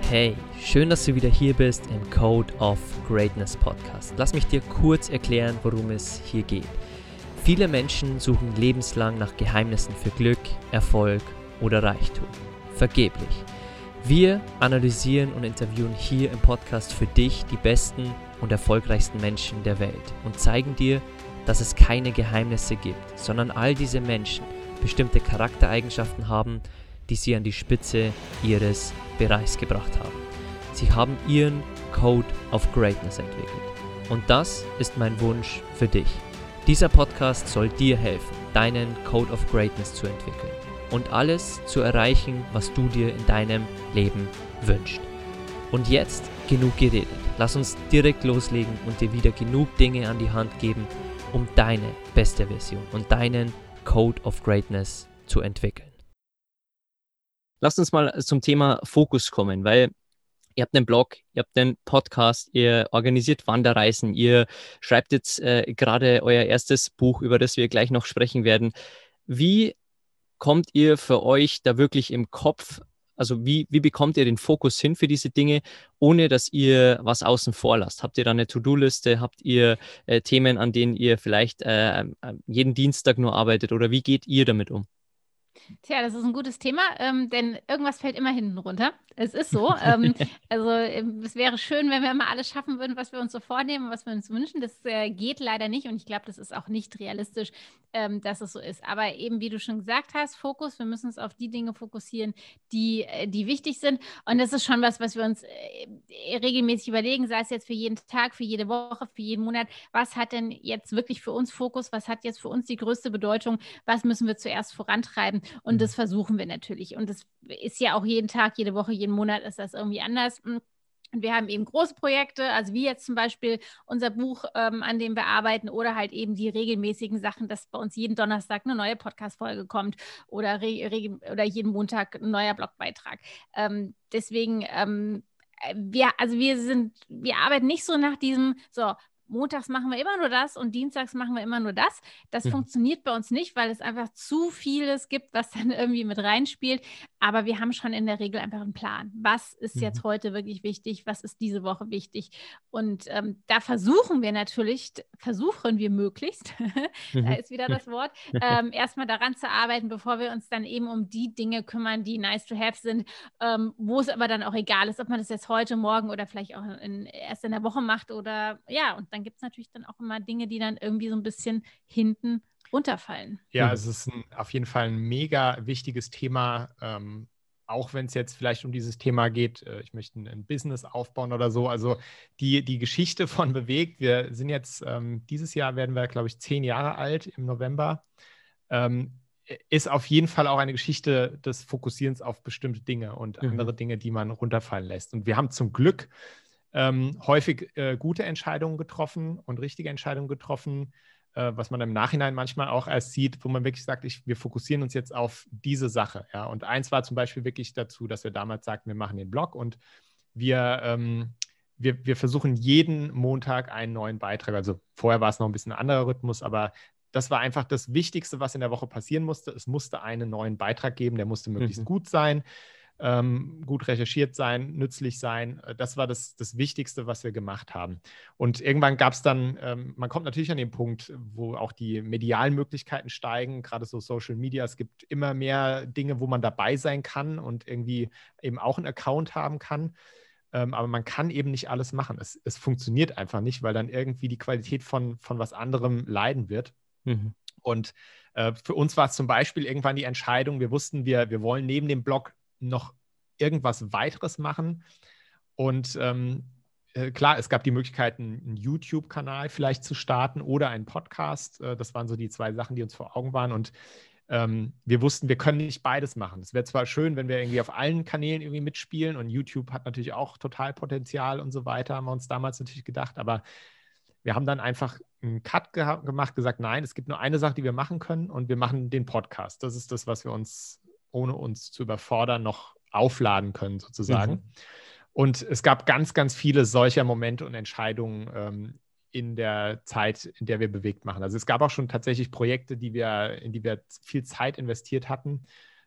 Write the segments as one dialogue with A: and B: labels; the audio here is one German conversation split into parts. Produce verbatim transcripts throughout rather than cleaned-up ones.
A: Hey, schön, dass du wieder hier bist im Code of Greatness Podcast. Lass mich dir kurz erklären, worum es hier geht. Viele Menschen suchen lebenslang nach Geheimnissen für Glück, Erfolg oder Reichtum. Vergeblich. Wir analysieren und interviewen hier im Podcast für dich die besten und erfolgreichsten Menschen der Welt und zeigen dir, dass es keine Geheimnisse gibt, sondern all diese Menschen bestimmte Charaktereigenschaften haben, die sie an die Spitze ihres Bereichs gebracht haben. Sie haben ihren Code of Greatness entwickelt. Und das ist mein Wunsch für dich. Dieser Podcast soll dir helfen, deinen Code of Greatness zu entwickeln und alles zu erreichen, was du dir in deinem Leben wünschst. Und jetzt genug geredet. Lass uns direkt loslegen und dir wieder genug Dinge an die Hand geben, um deine beste Version und deinen Code of Greatness zu entwickeln. Lasst uns mal zum Thema Fokus kommen, weil ihr habt einen Blog, ihr habt einen Podcast, ihr organisiert Wanderreisen, ihr schreibt jetzt äh, gerade euer erstes Buch, über das wir gleich noch sprechen werden. Wie kommt ihr für euch da wirklich im Kopf, also wie, wie bekommt ihr den Fokus hin für diese Dinge, ohne dass ihr was außen vor lasst? Habt ihr da eine To-Do-Liste? Habt ihr äh, Themen, an denen ihr vielleicht äh, jeden Dienstag nur arbeitet? Oder wie geht ihr damit um?
B: Tja, das ist ein gutes Thema, ähm, denn irgendwas fällt immer hinten runter. Es ist so. ähm, also ähm, es wäre schön, wenn wir immer alles schaffen würden, was wir uns so vornehmen, was wir uns wünschen. Das äh, geht leider nicht und ich glaube, das ist auch nicht realistisch, ähm, dass es so ist. Aber eben, wie du schon gesagt hast, Fokus, wir müssen uns auf die Dinge fokussieren, die, äh, die wichtig sind. Und das ist schon was, was wir uns äh, regelmäßig überlegen, sei es jetzt für jeden Tag, für jede Woche, für jeden Monat. Was hat denn jetzt wirklich für uns Fokus? Was hat jetzt für uns die größte Bedeutung? Was müssen wir zuerst vorantreiben? Und das versuchen wir natürlich. Und das ist ja auch jeden Tag, jede Woche, jeden Monat ist das irgendwie anders. Und wir haben eben große Projekte, also wie jetzt zum Beispiel unser Buch, ähm, an dem wir arbeiten, oder halt eben die regelmäßigen Sachen, dass bei uns jeden Donnerstag eine neue Podcast-Folge kommt oder, re- oder jeden Montag ein neuer Blogbeitrag. Ähm, deswegen, ähm, wir, also wir sind, wir arbeiten nicht so nach diesem, so, montags machen wir immer nur das und dienstags machen wir immer nur das. Das mhm. funktioniert bei uns nicht, weil es einfach zu vieles gibt, was dann irgendwie mit reinspielt. Aber wir haben schon in der Regel einfach einen Plan. Was ist mhm. jetzt heute wirklich wichtig? Was ist diese Woche wichtig? Und ähm, da versuchen wir natürlich, versuchen wir möglichst, mhm. da ist wieder das Wort, ähm, erstmal daran zu arbeiten, bevor wir uns dann eben um die Dinge kümmern, die nice to have sind, ähm, wo es aber dann auch egal ist, ob man das jetzt heute, morgen oder vielleicht auch in, erst in der Woche macht oder ja, und dann gibt es natürlich dann auch immer Dinge, die dann irgendwie so ein bisschen hinten runterfallen.
C: Ja, mhm. es ist ein, auf jeden Fall ein mega wichtiges Thema, ähm, auch wenn es jetzt vielleicht um dieses Thema geht, äh, ich möchte ein, ein Business aufbauen oder so. Also die, die Geschichte von Bewegt, wir sind jetzt, ähm, dieses Jahr werden wir, glaube ich, zehn Jahre alt im November, ähm, ist auf jeden Fall auch eine Geschichte des Fokussierens auf bestimmte Dinge und mhm. andere Dinge, die man runterfallen lässt. Und wir haben zum Glück Ähm, häufig äh, gute Entscheidungen getroffen und richtige Entscheidungen getroffen, äh, was man im Nachhinein manchmal auch erst sieht, wo man wirklich sagt, ich, wir fokussieren uns jetzt auf diese Sache. Ja? Und eins war zum Beispiel wirklich dazu, dass wir damals sagten, wir machen den Blog und wir, ähm, wir, wir versuchen jeden Montag einen neuen Beitrag. Also vorher war es noch ein bisschen ein anderer Rhythmus, aber das war einfach das Wichtigste, was in der Woche passieren musste. Es musste einen neuen Beitrag geben, der musste möglichst mhm. gut sein. Ähm, gut recherchiert sein, nützlich sein. Das war das, das Wichtigste, was wir gemacht haben. Und irgendwann gab es dann, ähm, man kommt natürlich an den Punkt, wo auch die medialen Möglichkeiten steigen, gerade so Social Media. Es gibt immer mehr Dinge, wo man dabei sein kann und irgendwie eben auch einen Account haben kann. Ähm, aber man kann eben nicht alles machen. Es, es funktioniert einfach nicht, weil dann irgendwie die Qualität von, von was anderem leiden wird. Mhm. Und äh, für uns war es zum Beispiel irgendwann die Entscheidung, wir wussten, wir, wir wollen neben dem Blog noch irgendwas weiteres machen. Und ähm, äh, klar, es gab die Möglichkeit, einen YouTube-Kanal vielleicht zu starten oder einen Podcast. Äh, das waren so die zwei Sachen, die uns vor Augen waren. Und ähm, wir wussten, wir können nicht beides machen. Es wäre zwar schön, wenn wir irgendwie auf allen Kanälen irgendwie mitspielen und YouTube hat natürlich auch total Potenzial und so weiter, haben wir uns damals natürlich gedacht, aber wir haben dann einfach einen Cut ge- gemacht, gesagt, nein, es gibt nur eine Sache, die wir machen können und wir machen den Podcast. Das ist das, was wir uns ohne uns zu überfordern, noch aufladen können sozusagen. Mhm. Und es gab ganz, ganz viele solcher Momente und Entscheidungen ähm, in der Zeit, in der wir bewegt machen. Also es gab auch schon tatsächlich Projekte, die wir, in die wir viel Zeit investiert hatten,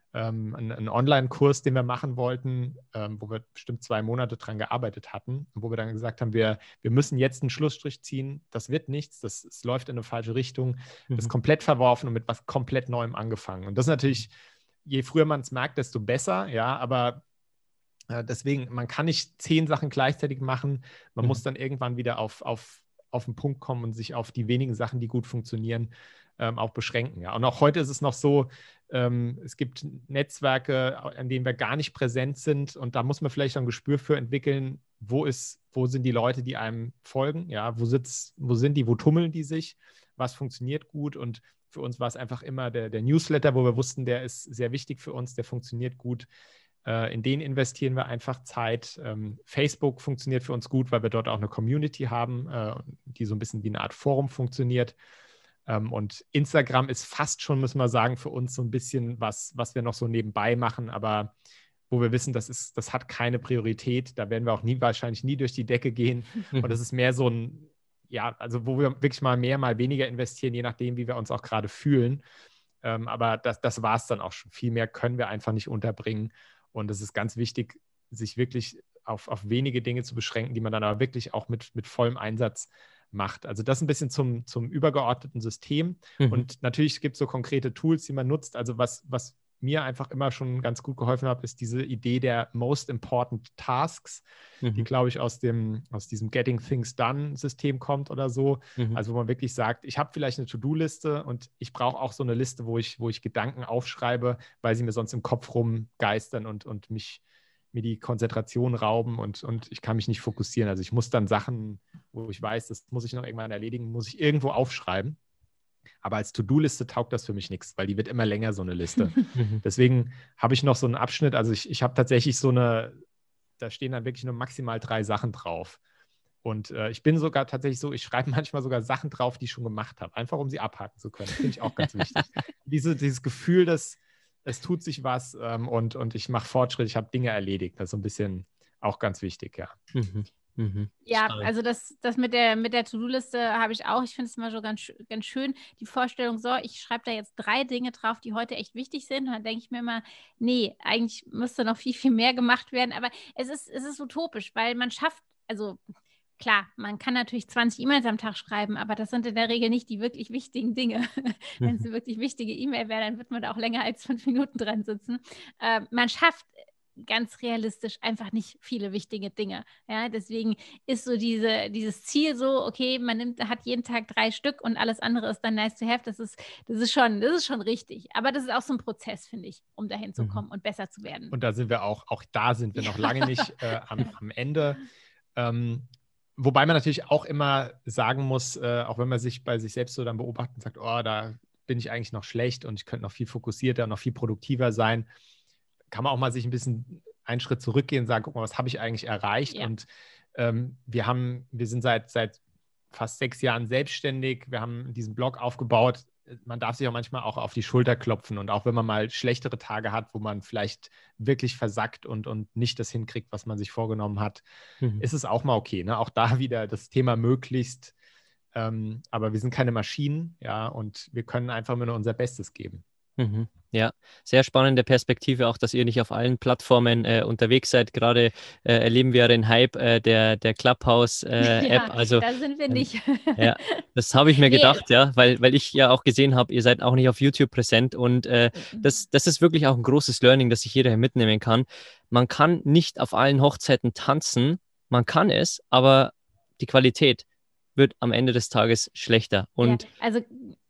C: ähm, einen, einen Online-Kurs, den wir machen wollten, ähm, wo wir bestimmt zwei Monate dran gearbeitet hatten, wo wir dann gesagt haben, wir, wir müssen jetzt einen Schlussstrich ziehen, das wird nichts, das, es läuft in eine falsche Richtung, mhm. das ist komplett verworfen und mit was komplett Neuem angefangen. Und das ist natürlich, je früher man es merkt, desto besser, ja, aber äh, deswegen, man kann nicht zehn Sachen gleichzeitig machen, man mhm. muss dann irgendwann wieder auf, auf, auf den Punkt kommen und sich auf die wenigen Sachen, die gut funktionieren, ähm, auch beschränken. Ja. Und auch heute ist es noch so, ähm, es gibt Netzwerke, an denen wir gar nicht präsent sind und da muss man vielleicht ein Gespür für entwickeln, wo ist, wo sind die Leute, die einem folgen, ja, wo sitzt, wo sind die, wo tummeln die sich, was funktioniert gut, und für uns war es einfach immer der, der Newsletter, wo wir wussten, der ist sehr wichtig für uns, der funktioniert gut. Äh, in den investieren wir einfach Zeit. Ähm, Facebook funktioniert für uns gut, weil wir dort auch eine Community haben, äh, die so ein bisschen wie eine Art Forum funktioniert. Ähm, und Instagram ist fast schon, müssen wir sagen, für uns so ein bisschen was, was wir noch so nebenbei machen, aber wo wir wissen, das ist, das hat keine Priorität. Da werden wir auch nie, wahrscheinlich nie durch die Decke gehen. Und das ist mehr so ein, ja, also wo wir wirklich mal mehr, mal weniger investieren, je nachdem, wie wir uns auch gerade fühlen. Ähm, aber das, das war es dann auch schon. Viel mehr können wir einfach nicht unterbringen. Und es ist ganz wichtig, sich wirklich auf, auf wenige Dinge zu beschränken, die man dann aber wirklich auch mit, mit vollem Einsatz macht. Also das ein bisschen zum, zum übergeordneten System. Mhm. Und natürlich gibt es so konkrete Tools, die man nutzt. Also was, was mir einfach immer schon ganz gut geholfen hat, ist diese Idee der Most Important Tasks, mhm. die, glaube ich, aus dem, aus diesem Getting Things Done-System kommt oder so. Mhm. Also wo man wirklich sagt, ich habe vielleicht eine To-Do-Liste und ich brauche auch so eine Liste, wo ich, wo ich Gedanken aufschreibe, weil sie mir sonst im Kopf rumgeistern und, und mich, mir die Konzentration rauben und, und ich kann mich nicht fokussieren. Also ich muss dann Sachen, wo ich weiß, das muss ich noch irgendwann erledigen, muss ich irgendwo aufschreiben. Aber als To-Do-Liste taugt das für mich nichts, weil die wird immer länger, so eine Liste. Deswegen habe ich noch so einen Abschnitt, also ich, ich habe tatsächlich so eine, da stehen dann wirklich nur maximal drei Sachen drauf. Und äh, ich bin sogar tatsächlich so, ich schreibe manchmal sogar Sachen drauf, die ich schon gemacht habe, einfach um sie abhaken zu können. Finde ich auch ganz wichtig. Diese, dieses Gefühl, dass es tut sich was ähm, und, und ich mache Fortschritt, ich habe Dinge erledigt. Das ist so ein bisschen auch ganz wichtig, ja.
A: Mhm. Mhm.
B: Ja, also das, das mit der, mit der To-Do-Liste habe ich auch. Ich finde es immer so ganz, ganz schön, die Vorstellung, so, ich schreibe da jetzt drei Dinge drauf, die heute echt wichtig sind. Und dann denke ich mir immer, nee, eigentlich müsste noch viel, viel mehr gemacht werden. Aber es ist, es ist utopisch, weil man schafft, also klar, man kann natürlich zwanzig E-Mails am Tag schreiben, aber das sind in der Regel nicht die wirklich wichtigen Dinge. Wenn es eine wirklich wichtige E-Mail wäre, dann wird man da auch länger als fünf Minuten dran sitzen. Äh, man schafft ganz realistisch einfach nicht viele wichtige Dinge. Ja, deswegen ist so diese, dieses Ziel so, okay, man nimmt, hat jeden Tag drei Stück und alles andere ist dann nice to have. Das ist, das ist schon, das ist schon richtig. Aber das ist auch so ein Prozess, finde ich, um dahin zu kommen mhm. und besser zu werden.
C: Und da sind wir auch, auch da sind wir noch lange nicht äh, am, am Ende. Ähm, wobei man natürlich auch immer sagen muss, äh, auch wenn man sich bei sich selbst so dann beobachtet und sagt, oh, da bin ich eigentlich noch schlecht und ich könnte noch viel fokussierter, noch viel produktiver sein, kann man auch mal sich ein bisschen einen Schritt zurückgehen und sagen, guck mal, was habe ich eigentlich erreicht? Ja. Und ähm, wir haben, wir sind seit, seit fast sechs Jahren selbstständig, wir haben diesen Blog aufgebaut. Man darf sich auch manchmal auch auf die Schulter klopfen und auch wenn man mal schlechtere Tage hat, wo man vielleicht wirklich versackt und, und nicht das hinkriegt, was man sich vorgenommen hat, mhm. ist es auch mal okay. Ne? Auch da wieder das Thema möglichst, ähm, aber wir sind keine Maschinen, ja, und wir können einfach nur unser Bestes geben.
A: Mhm. Ja, sehr spannende Perspektive, auch dass ihr nicht auf allen Plattformen äh, unterwegs seid. Gerade äh, erleben wir den Hype äh, der, der Clubhouse-App. Äh,
B: ja,
A: also,
B: da sind wir nicht.
A: Ähm, ja, das habe ich mir nee. gedacht, ja, weil, weil ich ja auch gesehen habe, ihr seid auch nicht auf YouTube präsent und äh, das, das ist wirklich auch ein großes Learning, das sich jeder hier mitnehmen kann. Man kann nicht auf allen Hochzeiten tanzen, man kann es, aber die Qualität wird am Ende des Tages schlechter. Und
B: ja, also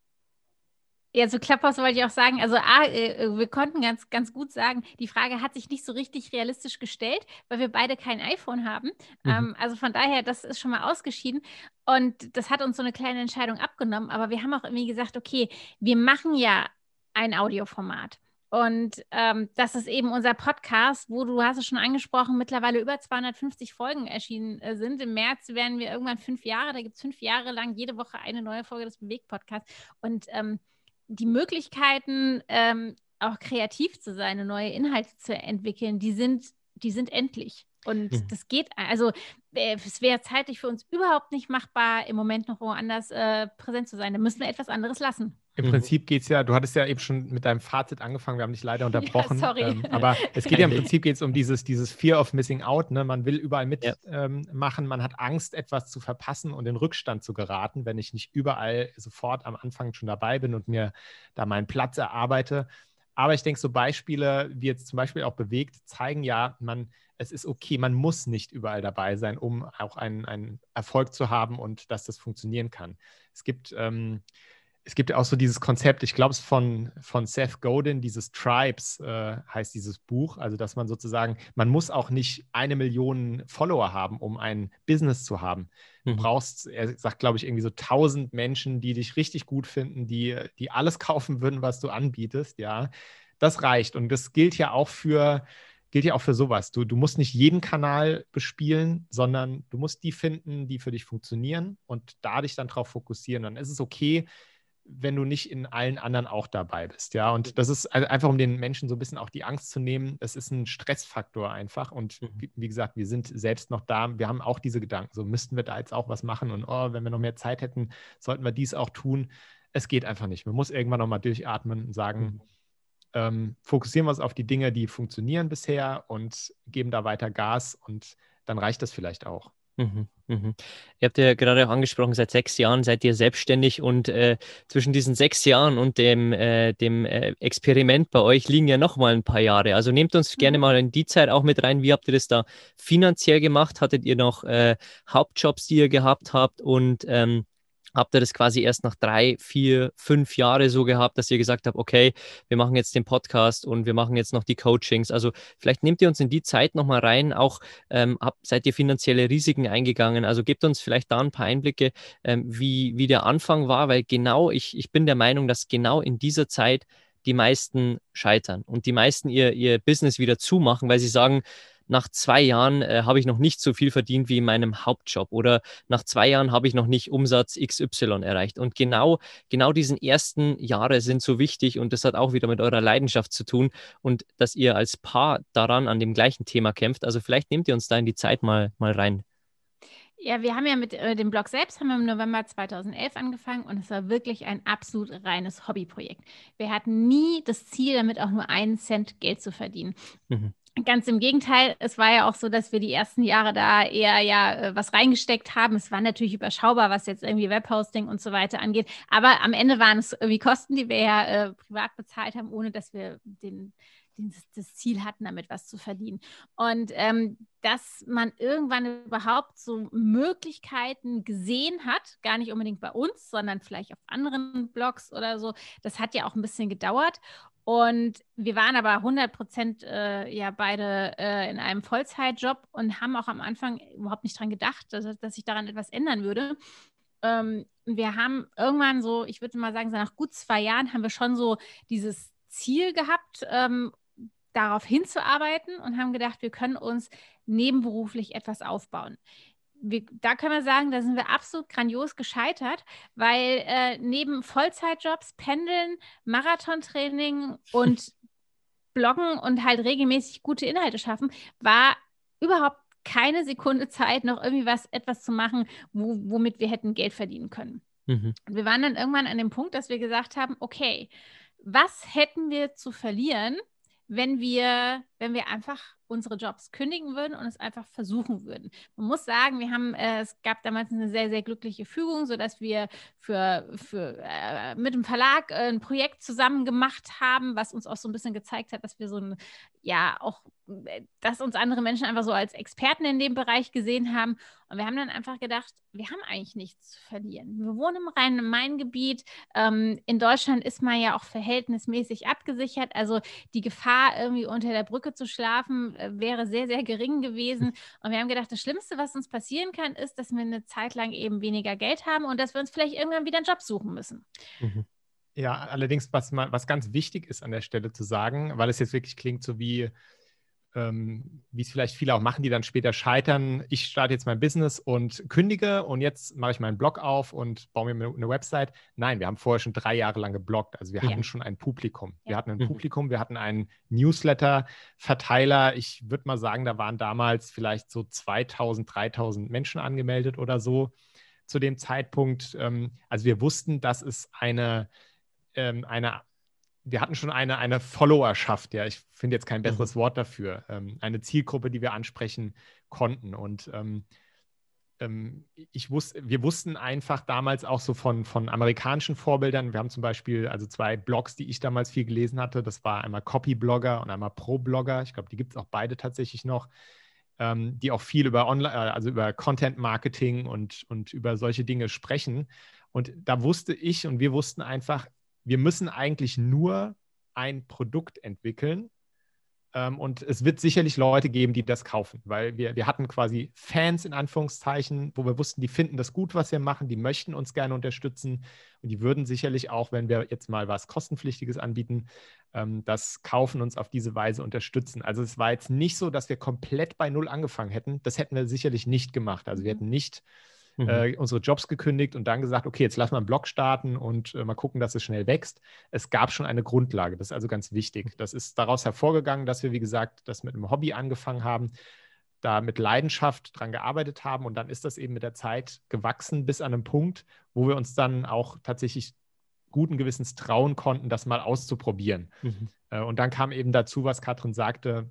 B: Ja, zu Clubhouse wollte ich auch sagen, also A, äh, wir konnten ganz, ganz gut sagen, die Frage hat sich nicht so richtig realistisch gestellt, weil wir beide kein iPhone haben. Mhm. Ähm, also von daher, das ist schon mal ausgeschieden und das hat uns so eine kleine Entscheidung abgenommen, aber wir haben auch irgendwie gesagt, okay, wir machen ja ein Audioformat. Und ähm, das ist eben unser Podcast, wo du hast es schon angesprochen, mittlerweile über zweihundertfünfzig Folgen erschienen äh, sind. Im März werden wir irgendwann fünf Jahre, da gibt es fünf Jahre lang jede Woche eine neue Folge des Bewegt-Podcasts und ähm, die Möglichkeiten, ähm, auch kreativ zu sein und neue Inhalte zu entwickeln, die sind die sind endlich. Und
A: Mhm.
B: das geht, also äh, es wäre zeitlich für uns überhaupt nicht machbar, im Moment noch woanders äh, präsent zu sein. Da müssen wir etwas anderes lassen.
C: Im
A: Mhm.
C: Prinzip geht es ja, du hattest ja eben schon mit deinem Fazit angefangen, wir haben dich leider unterbrochen.
B: Ja, sorry.
C: Ähm, aber es geht ja im Prinzip geht's um dieses, dieses Fear of Missing Out. Ne? Man will überall mitmachen,
A: Ja.
C: ähm, machen. Man hat Angst, etwas zu verpassen und in Rückstand zu geraten, wenn ich nicht überall sofort am Anfang schon dabei bin und mir da meinen Platz erarbeite. Aber ich denke, so Beispiele, wie jetzt zum Beispiel auch Bewegt, zeigen ja, man, es ist okay, man muss nicht überall dabei sein, um auch einen, einen Erfolg zu haben und dass das funktionieren kann. Es gibt ähm, Es gibt ja auch so dieses Konzept, ich glaube es von, von Seth Godin, dieses Tribes äh, heißt dieses Buch, also dass man sozusagen, man muss auch nicht eine Million Follower haben, um ein Business zu haben. Du
A: Mhm.
C: brauchst, er sagt, glaube ich, irgendwie so tausend Menschen, die dich richtig gut finden, die, die alles kaufen würden, was du anbietest, ja. Das reicht und das gilt ja auch für, gilt ja auch für sowas. Du, du musst nicht jeden Kanal bespielen, sondern du musst die finden, die für dich funktionieren und da dich dann drauf fokussieren. Dann ist es okay, wenn du nicht in allen anderen auch dabei bist, ja. Und das ist also einfach, um den Menschen so ein bisschen auch die Angst zu nehmen. Es ist ein Stressfaktor einfach. Und
A: Mhm.
C: wie, wie gesagt, wir sind selbst noch da. Wir haben auch diese Gedanken. So müssten wir da jetzt auch was machen und oh, wenn wir noch mehr Zeit hätten, sollten wir dies auch tun. Es geht einfach nicht. Man muss irgendwann noch mal durchatmen und sagen,
A: Mhm.
C: ähm, fokussieren wir uns auf die Dinge, die funktionieren bisher und geben da weiter Gas und dann reicht das vielleicht auch.
A: Mhm, mhm. Ihr habt ja gerade auch angesprochen, seit sechs Jahren seid ihr selbstständig und äh, zwischen diesen sechs Jahren und dem, äh, dem äh, Experiment bei euch liegen ja noch mal ein paar Jahre. Also nehmt uns
B: Mhm.
A: gerne mal in die Zeit auch mit rein. Wie habt ihr das da finanziell gemacht? Hattet ihr noch äh, Hauptjobs, die ihr gehabt habt und ähm, habt ihr das quasi erst nach drei, vier, fünf Jahre so gehabt, dass ihr gesagt habt, okay, wir machen jetzt den Podcast und wir machen jetzt noch die Coachings. Also vielleicht nehmt ihr uns in die Zeit nochmal rein. Auch ähm, habt, seid ihr finanzielle Risiken eingegangen? Also gebt uns vielleicht da ein paar Einblicke, ähm, wie, wie der Anfang war, weil genau, ich, ich bin der Meinung, dass genau in dieser Zeit die meisten scheitern und die meisten ihr, ihr Business wieder zumachen, weil sie sagen, nach zwei Jahren äh, habe ich noch nicht so viel verdient wie in meinem Hauptjob oder nach zwei Jahren habe ich noch nicht Umsatz X Y erreicht. Und genau, genau diesen ersten Jahre sind so wichtig und das hat auch wieder mit eurer Leidenschaft zu tun und dass ihr als Paar daran an dem gleichen Thema kämpft. Also vielleicht nehmt ihr uns da in die Zeit mal, mal rein.
B: Ja, wir haben ja mit äh, dem Blog selbst haben wir im November zweitausendelf angefangen und es war wirklich ein absolut reines Hobbyprojekt. Wir hatten nie das Ziel, damit auch nur einen Cent Geld zu verdienen.
A: Mhm.
B: Ganz im Gegenteil, es war ja auch so, dass wir die ersten Jahre da eher ja äh, was reingesteckt haben. Es war natürlich überschaubar, was jetzt irgendwie Webhosting und so weiter angeht. Aber am Ende waren es irgendwie Kosten, die wir ja äh, privat bezahlt haben, ohne dass wir den, den, das Ziel hatten, damit was zu verdienen. Und ähm, dass man irgendwann überhaupt so Möglichkeiten gesehen hat, gar nicht unbedingt bei uns, sondern vielleicht auf anderen Blogs oder so, das hat ja auch ein bisschen gedauert. Und wir waren aber hundert Prozent äh, ja beide äh, in einem Vollzeitjob und haben auch am Anfang überhaupt nicht dran gedacht, dass, dass sich daran etwas ändern würde. Ähm, wir haben irgendwann so, ich würde mal sagen, so nach gut zwei Jahren haben wir schon so dieses Ziel gehabt, ähm, darauf hinzuarbeiten und haben gedacht, wir können uns nebenberuflich etwas aufbauen. Wir, da können wir sagen, da sind wir absolut grandios gescheitert, weil äh, neben Vollzeitjobs, Pendeln, Marathontraining und Bloggen und halt regelmäßig gute Inhalte schaffen, war überhaupt keine Sekunde Zeit, noch irgendwie was, etwas zu machen, wo, womit wir hätten Geld verdienen können.
A: Mhm.
B: Und wir waren dann irgendwann an dem Punkt, dass wir gesagt haben, okay, was hätten wir zu verlieren, wenn wir, wenn wir einfach unsere Jobs kündigen würden und es einfach versuchen würden. Man muss sagen, wir haben, äh, es gab damals eine sehr, sehr glückliche Fügung, sodass wir für, für, äh, mit dem Verlag äh, ein Projekt zusammen gemacht haben, was uns auch so ein bisschen gezeigt hat, dass wir so ein, ja, auch, äh, dass uns andere Menschen einfach so als Experten in dem Bereich gesehen haben. Und wir haben dann einfach gedacht, wir haben eigentlich nichts zu verlieren. Wir wohnen im Rhein-Main-Gebiet. Ähm, in Deutschland ist man ja auch verhältnismäßig abgesichert. Also die Gefahr, irgendwie unter der Brücke zu schlafen, äh, wäre sehr, sehr gering gewesen. Und wir haben gedacht, das Schlimmste, was uns passieren kann, ist, dass wir eine Zeit lang eben weniger Geld haben und dass wir uns vielleicht irgendwann wieder einen Job suchen müssen.
A: Mhm.
C: Ja, allerdings, was, mal, was ganz wichtig ist an der Stelle zu sagen, weil es jetzt wirklich klingt so wie, ähm, wie es vielleicht viele auch machen, die dann später scheitern, ich starte jetzt mein Business und kündige und jetzt mache ich meinen Blog auf und baue mir eine Website. Nein, wir haben vorher schon drei Jahre lang gebloggt. Also wir
B: Ja.
C: hatten schon ein Publikum. Wir
B: Ja.
C: hatten ein
A: Mhm.
C: Publikum, wir hatten einen Newsletter-Verteiler. Ich würde mal sagen, da waren damals vielleicht so zweitausend, dreitausend Menschen angemeldet oder so zu dem Zeitpunkt. Ähm, also wir wussten, dass es eine, ähm, eine wir hatten schon eine, eine Followerschaft, ja, ich finde jetzt kein besseres
A: Mhm.
C: Wort dafür, ähm, eine Zielgruppe, die wir ansprechen konnten. Und ähm, ähm, ich wusste, wir wussten einfach damals auch so von, von amerikanischen Vorbildern, wir haben zum Beispiel also zwei Blogs, die ich damals viel gelesen hatte, das war einmal Copyblogger und einmal Pro-Blogger, ich glaube, die gibt es auch beide tatsächlich noch, ähm, die auch viel über Online, also über Content-Marketing und, und über solche Dinge sprechen. Und da wusste ich und wir wussten einfach, wir müssen eigentlich nur ein Produkt entwickeln ähm, und es wird sicherlich Leute geben, die das kaufen, weil wir, wir hatten quasi Fans in Anführungszeichen, wo wir wussten, die finden das gut, was wir machen, die möchten uns gerne unterstützen und die würden sicherlich auch, wenn wir jetzt mal was Kostenpflichtiges anbieten, ähm, das kaufen, uns auf diese Weise unterstützen. Also es war jetzt nicht so, dass wir komplett bei Null angefangen hätten. Das hätten wir sicherlich nicht gemacht. Also wir hätten nicht
A: Mhm.
C: Äh, unsere Jobs gekündigt und dann gesagt, okay, jetzt lass mal einen Blog starten und äh, mal gucken, dass es schnell wächst. Es gab schon eine Grundlage, das ist also ganz wichtig. Das ist daraus hervorgegangen, dass wir, wie gesagt, das mit einem Hobby angefangen haben, da mit Leidenschaft dran gearbeitet haben und dann ist das eben mit der Zeit gewachsen bis an einen Punkt, wo wir uns dann auch tatsächlich guten Gewissens trauen konnten, das mal auszuprobieren.
A: Mhm.
C: Äh, und dann kam eben dazu, was Katrin sagte,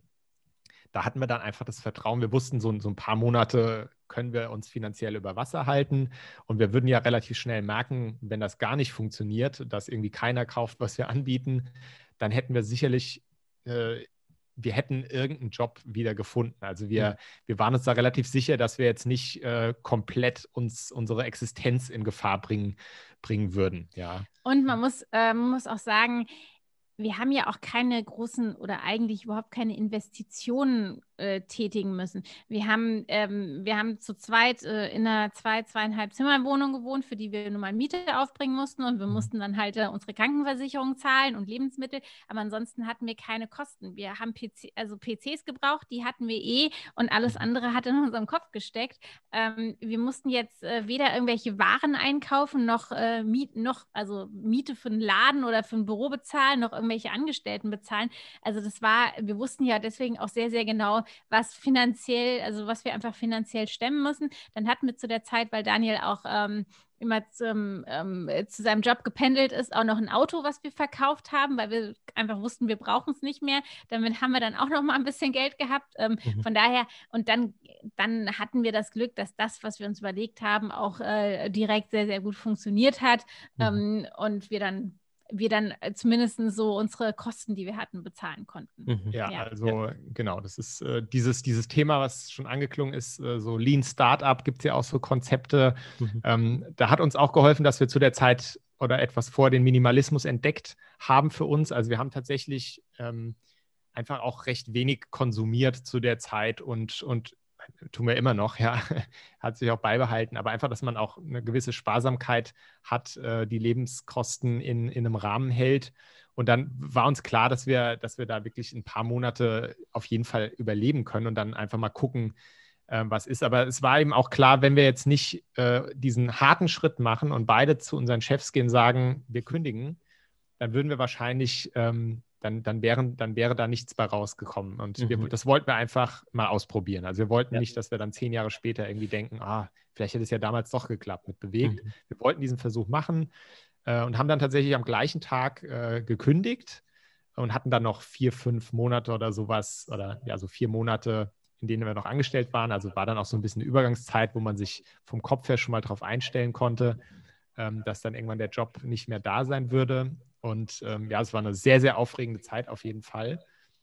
C: da hatten wir dann einfach das Vertrauen. Wir wussten, so, so ein paar Monate können wir uns finanziell über Wasser halten. Und wir würden ja relativ schnell merken, wenn das gar nicht funktioniert, dass irgendwie keiner kauft, was wir anbieten, dann hätten wir sicherlich, äh, wir hätten irgendeinen Job wieder gefunden. Also wir,
A: Mhm.
C: wir waren uns da relativ sicher, dass wir jetzt nicht äh, komplett uns unsere Existenz in Gefahr bringen, bringen würden. Ja.
B: Und man muss, äh, man muss auch sagen, wir haben ja auch keine großen oder eigentlich überhaupt keine Investitionen äh, tätigen müssen. Wir haben, ähm, wir haben zu zweit äh, in einer zwei, zweieinhalb Zimmerwohnung gewohnt, für die wir nun mal Miete aufbringen mussten und wir
C: Mhm.
B: mussten dann halt äh, unsere Krankenversicherung zahlen und Lebensmittel, aber ansonsten hatten wir keine Kosten. Wir haben P C, also P Cs gebraucht, die hatten wir eh und alles
C: Mhm.
B: andere hat in unserem Kopf gesteckt. Ähm, wir mussten jetzt äh, weder irgendwelche Waren einkaufen, noch, äh, Miet, noch also Miete für einen Laden oder für ein Büro bezahlen, noch irgendwelche Angestellten bezahlen. Also das war, wir wussten ja deswegen auch sehr, sehr genau, was finanziell, also was wir einfach finanziell stemmen müssen. Dann hatten wir zu der Zeit, weil Daniel auch ähm, immer zum, ähm, zu seinem Job gependelt ist, auch noch ein Auto, was wir verkauft haben, weil wir einfach wussten, wir brauchen es nicht mehr. Damit haben wir dann auch noch mal ein bisschen Geld gehabt. Ähm,
A: Mhm.
B: Von daher, und dann, dann hatten wir das Glück, dass das, was wir uns überlegt haben, auch äh, direkt sehr, sehr gut funktioniert hat.
A: Mhm.
B: Ähm, und wir dann wir dann zumindest so unsere Kosten, die wir hatten, bezahlen konnten.
A: Mhm.
C: Ja,
B: Ja.
C: also genau, das ist äh, dieses, dieses Thema, was schon angeklungen ist, äh, so Lean Startup, gibt es ja auch so Konzepte.
A: Mhm.
C: Ähm, da hat uns auch geholfen, dass wir zu der Zeit oder etwas vor den Minimalismus entdeckt haben für uns. Also wir haben tatsächlich ähm, einfach auch recht wenig konsumiert zu der Zeit und, und tun wir immer noch, ja, hat sich auch beibehalten, aber einfach, dass man auch eine gewisse Sparsamkeit hat, äh, die Lebenskosten in, in einem Rahmen hält. Und dann war uns klar, dass wir, dass wir da wirklich ein paar Monate auf jeden Fall überleben können und dann einfach mal gucken, äh, was ist. Aber es war eben auch klar, wenn wir jetzt nicht äh, diesen harten Schritt machen und beide zu unseren Chefs gehen und sagen, wir kündigen, dann würden wir wahrscheinlich ähm, Dann, dann, wären, dann wäre da nichts bei rausgekommen. Und
A: Mhm.
C: wir, das wollten wir einfach mal ausprobieren. Also wir wollten
A: Ja.
C: nicht, dass wir dann zehn Jahre später irgendwie denken, ah, vielleicht hätte es ja damals doch geklappt mit Bewegt.
A: Mhm.
C: Wir wollten diesen Versuch machen äh, und haben dann tatsächlich am gleichen Tag äh, gekündigt und hatten dann noch vier, fünf Monate oder sowas, oder ja, so vier Monate, in denen wir noch angestellt waren. Also war dann auch so ein bisschen eine Übergangszeit, wo man sich vom Kopf her schon mal drauf einstellen konnte, ähm, dass dann irgendwann der Job nicht mehr da sein würde. Und ähm, ja, es war eine sehr, sehr aufregende Zeit auf jeden Fall.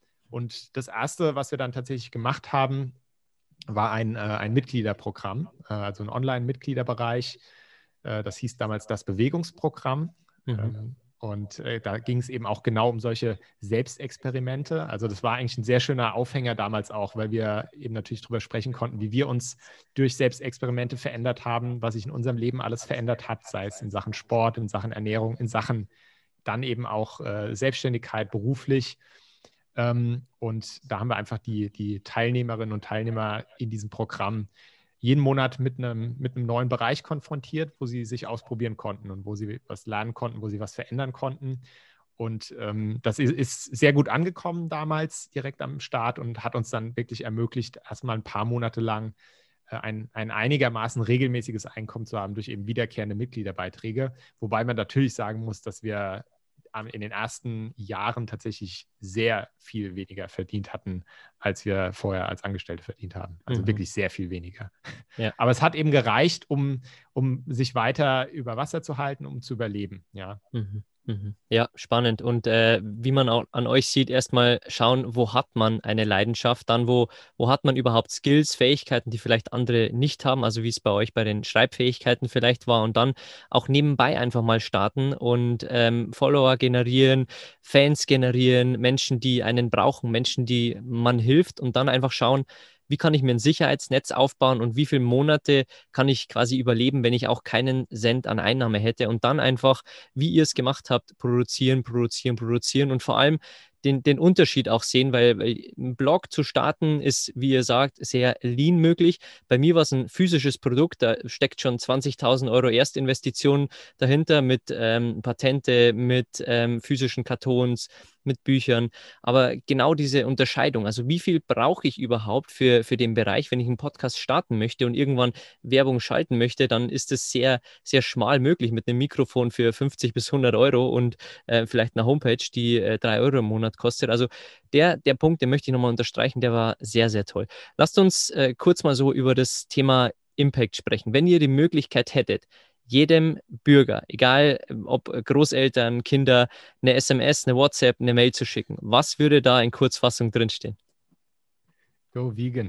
C: Und das Erste, was wir dann tatsächlich gemacht haben, war ein, äh, ein Mitgliederprogramm, äh, also ein Online-Mitgliederbereich. Äh, das hieß damals das Bewegungsprogramm.
A: Mhm.
C: Ähm, und äh, da ging es eben auch genau um solche Selbstexperimente. Also das war eigentlich ein sehr schöner Aufhänger damals auch, weil wir eben natürlich darüber sprechen konnten, wie wir uns durch Selbstexperimente verändert haben, was sich in unserem Leben alles verändert hat, sei es in Sachen Sport, in Sachen Ernährung, in Sachen dann eben auch äh, Selbstständigkeit beruflich. Ähm, und da haben wir einfach die, die Teilnehmerinnen und Teilnehmer in diesem Programm jeden Monat mit einem, mit einem neuen Bereich konfrontiert, wo sie sich ausprobieren konnten und wo sie was lernen konnten, wo sie was verändern konnten. Und ähm, das ist, ist sehr gut angekommen damals direkt am Start und hat uns dann wirklich ermöglicht, erstmal ein paar Monate lang äh, ein, ein einigermaßen regelmäßiges Einkommen zu haben durch eben wiederkehrende Mitgliederbeiträge. Wobei man natürlich sagen muss, dass wir in den ersten Jahren tatsächlich sehr viel weniger verdient hatten, als wir vorher als Angestellte verdient haben. Also mhm. wirklich sehr viel weniger. Ja. Aber es hat eben gereicht, um, um sich weiter über Wasser zu halten, um zu überleben. Ja.
A: Mhm. Ja, spannend. Und äh, wie man auch an euch sieht, erstmal schauen, wo hat man eine Leidenschaft, dann wo, wo hat man überhaupt Skills, Fähigkeiten, die vielleicht andere nicht haben, also wie es bei euch bei den Schreibfähigkeiten vielleicht war, und dann auch nebenbei einfach mal starten und ähm, Follower generieren, Fans generieren, Menschen, die einen brauchen, Menschen, die man hilft, und dann einfach schauen, wie kann ich mir ein Sicherheitsnetz aufbauen und wie viele Monate kann ich quasi überleben, wenn ich auch keinen Cent an Einnahme hätte, und dann einfach, wie ihr es gemacht habt, produzieren, produzieren, produzieren und vor allem den, den Unterschied auch sehen, weil, weil ein Blog zu starten ist, wie ihr sagt, sehr lean möglich. Bei mir war es ein physisches Produkt, da steckt schon zwanzigtausend Euro Erstinvestitionen dahinter mit ähm, Patente, mit ähm, physischen Kartons, mit Büchern, aber genau diese Unterscheidung, also wie viel brauche ich überhaupt für, für den Bereich, wenn ich einen Podcast starten möchte und irgendwann Werbung schalten möchte, dann ist es sehr, sehr schmal möglich mit einem Mikrofon für fünfzig bis hundert Euro und äh, vielleicht einer Homepage, die äh, drei Euro im Monat kostet. Also der, der Punkt, den möchte ich nochmal unterstreichen, der war sehr, sehr toll. Lasst uns äh, kurz mal so über das Thema Impact sprechen. Wenn ihr die Möglichkeit hättet, jedem Bürger, egal ob Großeltern, Kinder, eine S M S, eine WhatsApp, eine Mail zu schicken, was würde da in Kurzfassung drinstehen?
C: Go vegan.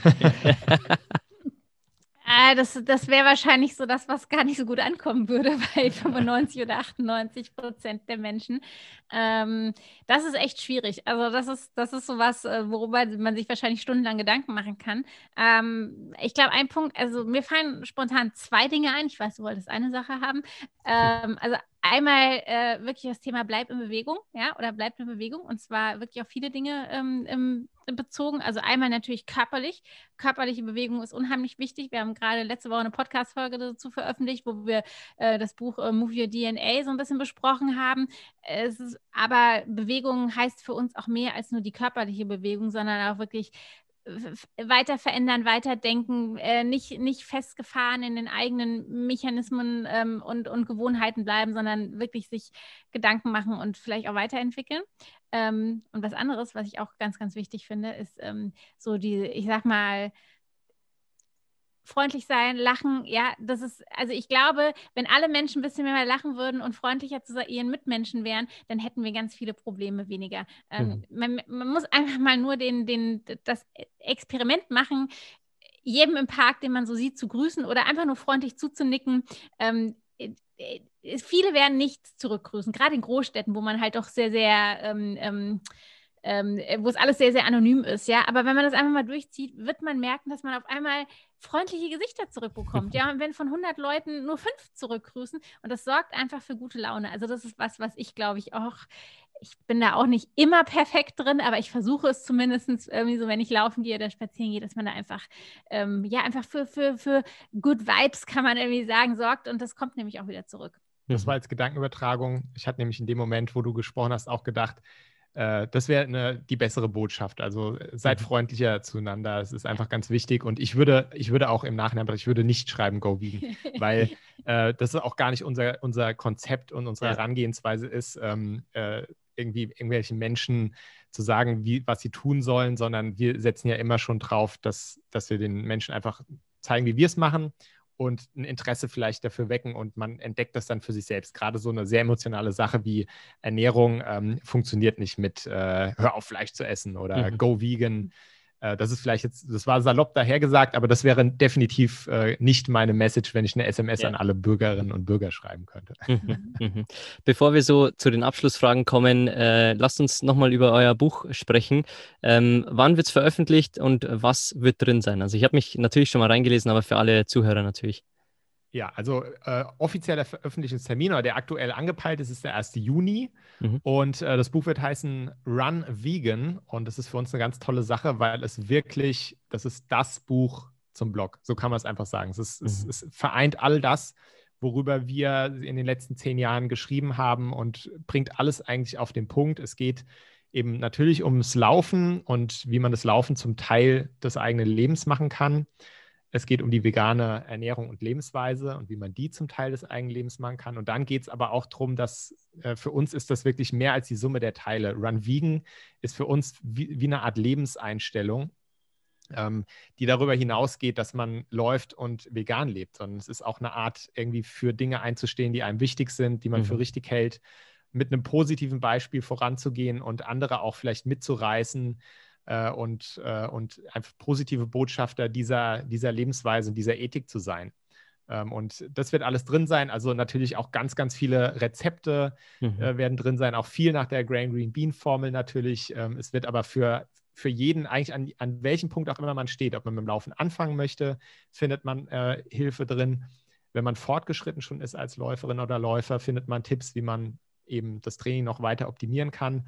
B: Äh, das das wäre wahrscheinlich so das, was gar nicht so gut ankommen würde bei fünfundneunzig oder achtundneunzig Prozent der Menschen. Ähm, das ist echt schwierig. Also das ist, das ist sowas, äh, worüber man sich wahrscheinlich stundenlang Gedanken machen kann. Ähm, ich glaube, ein Punkt, also mir fallen spontan zwei Dinge ein. Ich weiß, du wolltest eine Sache haben. Ähm, also einmal äh, wirklich das Thema Bleib in Bewegung, ja, oder bleibt in Bewegung, und zwar wirklich auf viele Dinge ähm, im, bezogen. Also einmal natürlich körperlich. Körperliche Bewegung ist unheimlich wichtig. Wir haben gerade letzte Woche eine Podcast-Folge dazu veröffentlicht, wo wir äh, das Buch äh, Move Your D N A so ein bisschen besprochen haben. Es ist, aber Bewegung heißt für uns auch mehr als nur die körperliche Bewegung, sondern auch wirklich weiter verändern, weiterdenken, äh, nicht, nicht festgefahren in den eigenen Mechanismen ähm, und, und Gewohnheiten bleiben, sondern wirklich sich Gedanken machen und vielleicht auch weiterentwickeln. Ähm, und was anderes, was ich auch ganz, ganz wichtig finde, ist ähm, so die, ich sag mal, freundlich sein, lachen, ja, das ist, also ich glaube, wenn alle Menschen ein bisschen mehr lachen würden und freundlicher zu ihren Mitmenschen wären, dann hätten wir ganz viele Probleme weniger. Ähm, mhm. man, man muss einfach mal nur den, den, das Experiment machen, jedem im Park, den man so sieht, zu grüßen oder einfach nur freundlich zuzunicken. Ähm, viele werden nicht zurückgrüßen, gerade in Großstädten, wo man halt doch sehr, sehr ähm, ähm, Ähm, wo es alles sehr, sehr anonym ist, ja, aber wenn man das einfach mal durchzieht, wird man merken, dass man auf einmal freundliche Gesichter zurückbekommt, ja, und wenn von hundert Leuten nur fünf zurückgrüßen, und das sorgt einfach für gute Laune, also das ist was, was ich glaube ich auch, ich bin da auch nicht immer perfekt drin, aber ich versuche es zumindest irgendwie so, wenn ich laufen gehe oder spazieren gehe, dass man da einfach, ähm, ja, einfach für, für, für Good Vibes, kann man irgendwie sagen, sorgt, und das kommt nämlich auch wieder zurück.
C: Das war als Gedankenübertragung. Ich hatte nämlich in dem Moment, wo du gesprochen hast, auch gedacht, das wäre die bessere Botschaft. Also seid mhm. freundlicher zueinander. Es ist einfach ganz wichtig. Und ich würde, ich würde auch im Nachhinein, ich würde nicht schreiben Go Vegan, weil äh, das auch gar nicht unser, unser Konzept und unsere ja. Herangehensweise ist, ähm, äh, irgendwie irgendwelchen Menschen zu sagen, wie, was sie tun sollen, sondern wir setzen ja immer schon drauf, dass, dass wir den Menschen einfach zeigen, wie wir es machen und ein Interesse vielleicht dafür wecken, und man entdeckt das dann für sich selbst. Gerade so eine sehr emotionale Sache wie Ernährung ähm, funktioniert nicht mit äh, hör auf, Fleisch zu essen oder mhm. Go Vegan. Äh, das ist vielleicht jetzt, das war salopp dahergesagt, aber das wäre definitiv äh, nicht meine Message, wenn ich eine S M S ja. an alle Bürgerinnen und Bürger schreiben könnte.
A: Mhm. Mhm. Bevor wir so zu den Abschlussfragen kommen, äh, lasst uns nochmal über euer Buch sprechen. Ähm, wann wird es veröffentlicht und was wird drin sein? Also ich habe mich natürlich schon mal reingelesen, aber für alle Zuhörer natürlich.
C: Ja, also äh, offizieller Veröffentlichungstermin, oder der aktuell angepeilt ist, ist der erste Juni. Mhm. Und äh, das Buch wird heißen Run Vegan. Und das ist für uns eine ganz tolle Sache, weil es wirklich, das ist das Buch zum Blog. So kann man es einfach sagen. Es, ist, mhm. es, es vereint all das, worüber wir in den letzten zehn Jahren geschrieben haben, und bringt alles eigentlich auf den Punkt. Es geht eben natürlich ums Laufen und wie man das Laufen zum Teil des eigenen Lebens machen kann. Es geht um die vegane Ernährung und Lebensweise und wie man die zum Teil des eigenen Lebens machen kann. Und dann geht es aber auch darum, dass äh, für uns ist das wirklich mehr als die Summe der Teile. Run Vegan ist für uns wie, wie eine Art Lebenseinstellung, ähm, die darüber hinausgeht, dass man läuft und vegan lebt, sondern es ist auch eine Art, irgendwie für Dinge einzustehen, die einem wichtig sind, die man mhm. für richtig hält, mit einem positiven Beispiel voranzugehen und andere auch vielleicht mitzureißen, Äh, und, äh, und einfach positive Botschafter dieser, dieser Lebensweise und dieser Ethik zu sein. Ähm, und das wird alles drin sein. Also natürlich auch ganz, ganz viele Rezepte mhm. äh, werden drin sein, auch viel nach der Grain Green Bean Formel natürlich. Ähm, es wird aber für, für jeden, eigentlich an, an welchem Punkt auch immer man steht, ob man mit dem Laufen anfangen möchte, findet man äh, Hilfe drin. Wenn man fortgeschritten schon ist als Läuferin oder Läufer, findet man Tipps, wie man eben das Training noch weiter optimieren kann.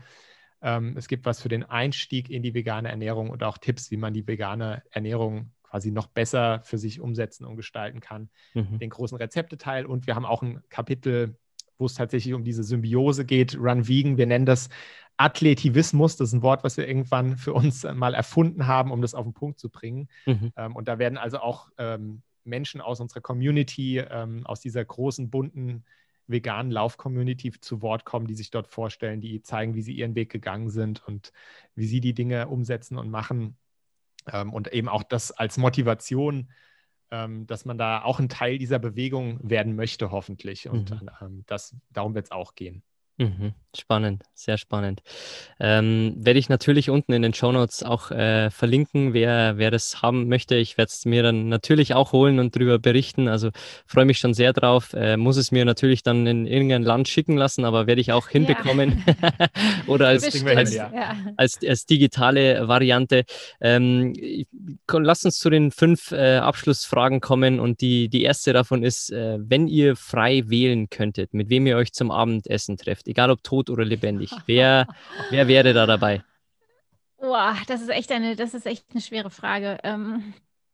C: Es gibt was für den Einstieg in die vegane Ernährung und auch Tipps, wie man die vegane Ernährung quasi noch besser für sich umsetzen und gestalten kann. Mhm. Den großen Rezepteteil. Und wir haben auch ein Kapitel, wo es tatsächlich um diese Symbiose geht, Run Vegan. Wir nennen das Athletivismus. Das ist ein Wort, was wir irgendwann für uns mal erfunden haben, um das auf den Punkt zu bringen. Mhm. Und da werden also auch ähm, Menschen aus unserer Community, ähm, aus dieser großen, bunten veganen Lauf-Community zu Wort kommen, die sich dort vorstellen, die zeigen, wie sie ihren Weg gegangen sind und wie sie die Dinge umsetzen und machen. Ähm, und eben auch das als Motivation, ähm, dass man da auch ein Teil dieser Bewegung werden möchte, hoffentlich. Und mhm. ähm, das, darum wird es auch gehen.
A: Mhm. Spannend, sehr spannend. Ähm, werde ich natürlich unten in den Shownotes auch äh, verlinken, wer, wer das haben möchte. Ich werde es mir dann natürlich auch holen und darüber berichten. Also freue mich schon sehr drauf. Äh, muss es mir natürlich dann in irgendein Land schicken lassen, aber werde ich auch hinbekommen. Ja. Oder als, als, hin, ja. als, als digitale Variante. Ähm, ich, lass uns zu den fünf äh, Abschlussfragen kommen, und die, die erste davon ist, äh, wenn ihr frei wählen könntet, mit wem ihr euch zum Abendessen trefft, egal ob tot oder lebendig. Wer, wer wäre da dabei?
B: Boah, das ist echt eine, das ist echt eine schwere Frage. Ähm.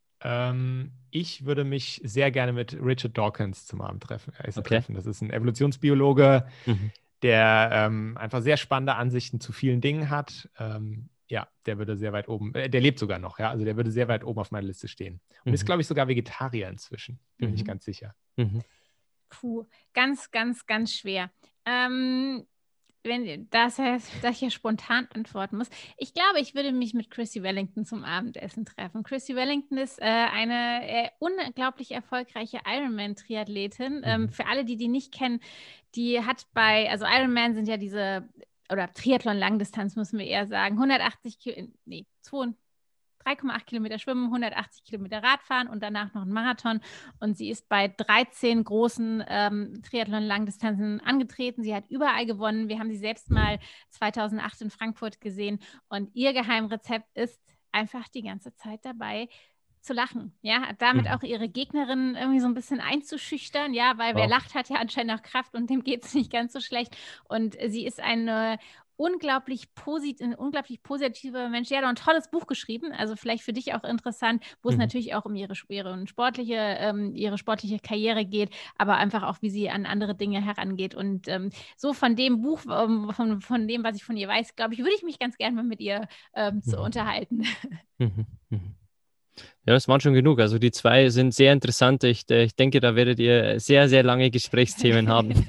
C: Ähm, ich würde mich sehr gerne mit Richard Dawkins zum Abend treffen. Äh,
A: okay.
C: treffen. Das ist ein Evolutionsbiologe, mhm. der ähm, einfach sehr spannende Ansichten zu vielen Dingen hat. Ähm, ja, der würde sehr weit oben, äh, der lebt sogar noch, ja, also der würde sehr weit oben auf meiner Liste stehen. Und mhm. ist, glaube ich, sogar Vegetarier inzwischen. Bin mhm. ich ganz sicher.
A: Mhm.
B: Puh, ganz, ganz, ganz schwer. Ähm, wenn das heißt, dass ich ja spontan antworten muss. Ich glaube, ich würde mich mit Chrissy Wellington zum Abendessen treffen. Chrissy Wellington ist äh, eine äh, unglaublich erfolgreiche Ironman-Triathletin. Mhm. Ähm, für alle, die die nicht kennen, die hat bei, also Ironman sind ja diese, oder Triathlon-Langdistanz müssen wir eher sagen, hundertachtzig Kilometer, nee, drei Komma acht Kilometer schwimmen, hundertachtzig Kilometer Radfahren und danach noch ein Marathon. Und sie ist bei dreizehn großen ähm, Triathlon-Langdistanzen angetreten. Sie hat überall gewonnen. Wir haben sie selbst mal zweitausendacht in Frankfurt gesehen. Und ihr Geheimrezept ist einfach die ganze Zeit dabei zu lachen. Ja, damit mhm. auch ihre Gegnerin irgendwie so ein bisschen einzuschüchtern. Ja, weil wow. wer lacht, hat ja anscheinend auch Kraft und dem geht es nicht ganz so schlecht. Und sie ist eine unglaublich posit- ein unglaublich positiver Mensch. Sie hat auch ein tolles Buch geschrieben, also vielleicht für dich auch interessant, wo mhm. es natürlich auch um ihre, ihre, sportliche, ähm, ihre sportliche Karriere geht, aber einfach auch, wie sie an andere Dinge herangeht. Und ähm, so von dem Buch, ähm, von, von dem, was ich von ihr weiß, glaube ich, würde ich mich ganz gerne mal mit ihr ähm, mhm. zu unterhalten.
A: Mhm. Mhm. Ja, das waren schon genug. Also die zwei sind sehr interessant. Ich, ich denke, da werdet ihr sehr, sehr lange Gesprächsthemen haben.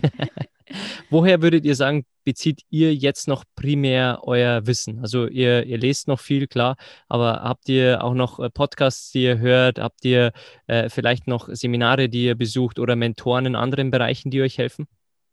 A: Woher würdet ihr sagen, bezieht ihr jetzt noch primär euer Wissen? Also ihr, ihr lest noch viel, klar, aber habt ihr auch noch Podcasts, die ihr hört? Habt ihr äh, vielleicht noch Seminare, die ihr besucht, oder Mentoren in anderen Bereichen, die euch helfen?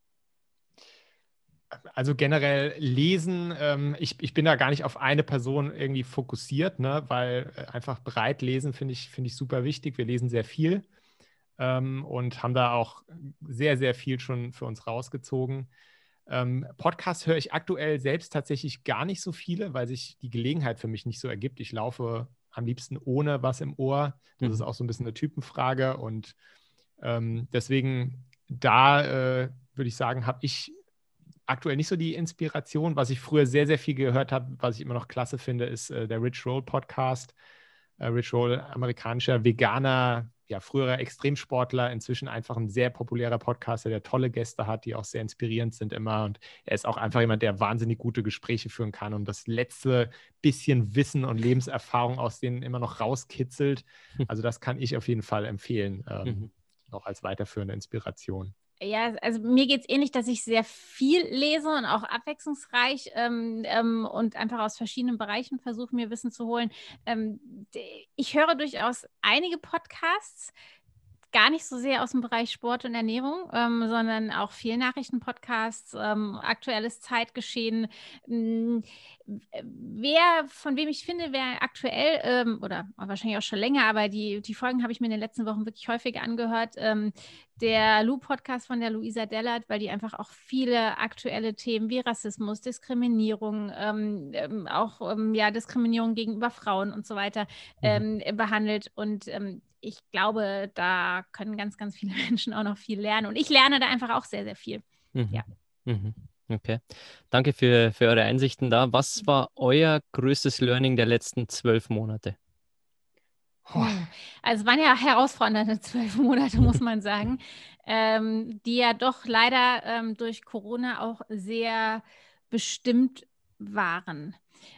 C: Also generell lesen, ähm, ich, ich bin da gar nicht auf eine Person irgendwie fokussiert, ne, weil einfach breit lesen finde ich, finde ich super wichtig. Wir lesen sehr viel. Und haben da auch sehr, sehr viel schon für uns rausgezogen. Ähm, Podcasts höre ich aktuell selbst tatsächlich gar nicht so viele, weil sich die Gelegenheit für mich nicht so ergibt. Ich laufe am liebsten ohne was im Ohr. Das mhm. ist auch so ein bisschen eine Typenfrage. Und Ähm, deswegen, da äh, würde ich sagen, habe ich aktuell nicht so die Inspiration. Was ich früher sehr, sehr viel gehört habe, was ich immer noch klasse finde, ist äh, der Rich Roll Podcast. Äh, Rich Roll, amerikanischer Veganer, ja, früherer Extremsportler, inzwischen einfach ein sehr populärer Podcaster, der tolle Gäste hat, die auch sehr inspirierend sind immer. Und er ist auch einfach jemand, der wahnsinnig gute Gespräche führen kann und das letzte bisschen Wissen und Lebenserfahrung aus denen immer noch rauskitzelt. Also das kann ich auf jeden Fall empfehlen, ähm, mhm. auch als weiterführende Inspiration.
B: Ja, also mir geht es ähnlich, dass ich sehr viel lese und auch abwechslungsreich ähm, ähm, und einfach aus verschiedenen Bereichen versuche, mir Wissen zu holen. Ähm, ich höre durchaus einige Podcasts, gar nicht so sehr aus dem Bereich Sport und Ernährung, ähm, sondern auch viel Nachrichtenpodcasts, ähm, aktuelles Zeitgeschehen. Ähm, wer, von wem ich finde, wer aktuell, ähm, oder wahrscheinlich auch schon länger, aber die, die Folgen habe ich mir in den letzten Wochen wirklich häufig angehört, ähm, der Lou-Podcast von der Luisa Dellert, weil die einfach auch viele aktuelle Themen wie Rassismus, Diskriminierung, ähm, ähm, auch ähm, ja, Diskriminierung gegenüber Frauen und so weiter ähm, mhm. behandelt. Und ähm, ich glaube, da können ganz, ganz viele Menschen auch noch viel lernen. Und ich lerne da einfach auch sehr, sehr viel.
A: Mhm.
B: Ja.
A: Mhm. Okay. Danke für, für eure Einsichten da. Was war euer größtes Learning der letzten zwölf Monate?
B: Oh, also es waren ja herausfordernde zwölf Monate, muss man sagen, ähm, die ja doch leider ähm, durch Corona auch sehr bestimmt waren.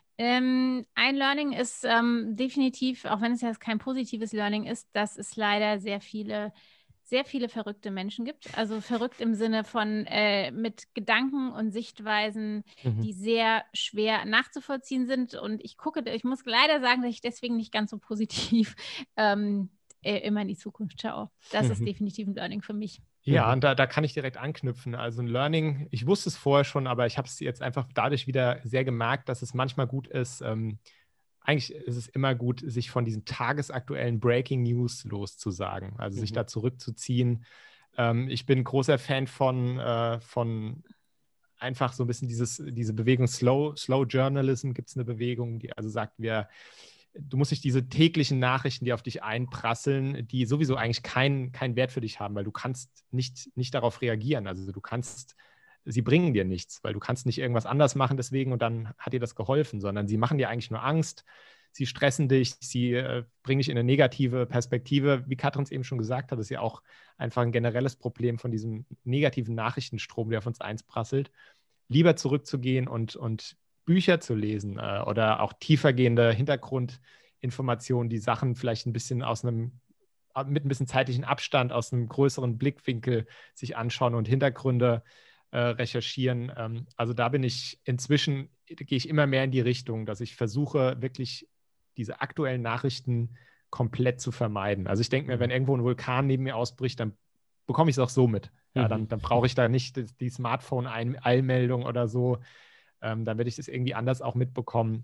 B: Ähm, ein Learning ist ähm, definitiv, auch wenn es jetzt kein positives Learning ist, dass es leider sehr viele sehr viele verrückte Menschen gibt. Also verrückt im Sinne von äh, mit Gedanken und Sichtweisen, mhm. die sehr schwer nachzuvollziehen sind. Und ich gucke, ich muss leider sagen, dass ich deswegen nicht ganz so positiv ähm, äh, immer in die Zukunft schaue. Das mhm. ist definitiv ein Learning für mich.
C: Ja, mhm. und da, da kann ich direkt anknüpfen. Also ein Learning, ich wusste es vorher schon, aber ich habe es jetzt einfach dadurch wieder sehr gemerkt, dass es manchmal gut ist, ähm, eigentlich ist es immer gut, sich von diesen tagesaktuellen Breaking News loszusagen, also mhm. sich da zurückzuziehen. Ähm, ich bin großer Fan von, äh, von einfach so ein bisschen dieses, diese Bewegung Slow, Slow Journalism, gibt es eine Bewegung, die also sagt, wir, du musst nicht diese täglichen Nachrichten, die auf dich einprasseln, die sowieso eigentlich keinen kein Wert für dich haben, weil du kannst nicht, nicht darauf reagieren. Also du kannst sie bringen dir nichts, weil du kannst nicht irgendwas anders machen deswegen und dann hat dir das geholfen, sondern sie machen dir eigentlich nur Angst, sie stressen dich, sie äh, bringen dich in eine negative Perspektive. Wie Katrin es eben schon gesagt hat, ist ja auch einfach ein generelles Problem von diesem negativen Nachrichtenstrom, der auf uns einprasselt. Lieber zurückzugehen und, und Bücher zu lesen äh, oder auch tiefergehende Hintergrundinformationen, die Sachen vielleicht ein bisschen aus einem mit ein bisschen zeitlichen Abstand, aus einem größeren Blickwinkel sich anschauen und Hintergründe Äh, recherchieren. Ähm, also da bin ich inzwischen, gehe ich immer mehr in die Richtung, dass ich versuche, wirklich diese aktuellen Nachrichten komplett zu vermeiden. Also ich denke mir, wenn irgendwo ein Vulkan neben mir ausbricht, dann bekomme ich es auch so mit. Ja, dann, dann brauche ich da nicht die, die Smartphone-Eilmeldung oder so. Ähm, dann werde ich das irgendwie anders auch mitbekommen.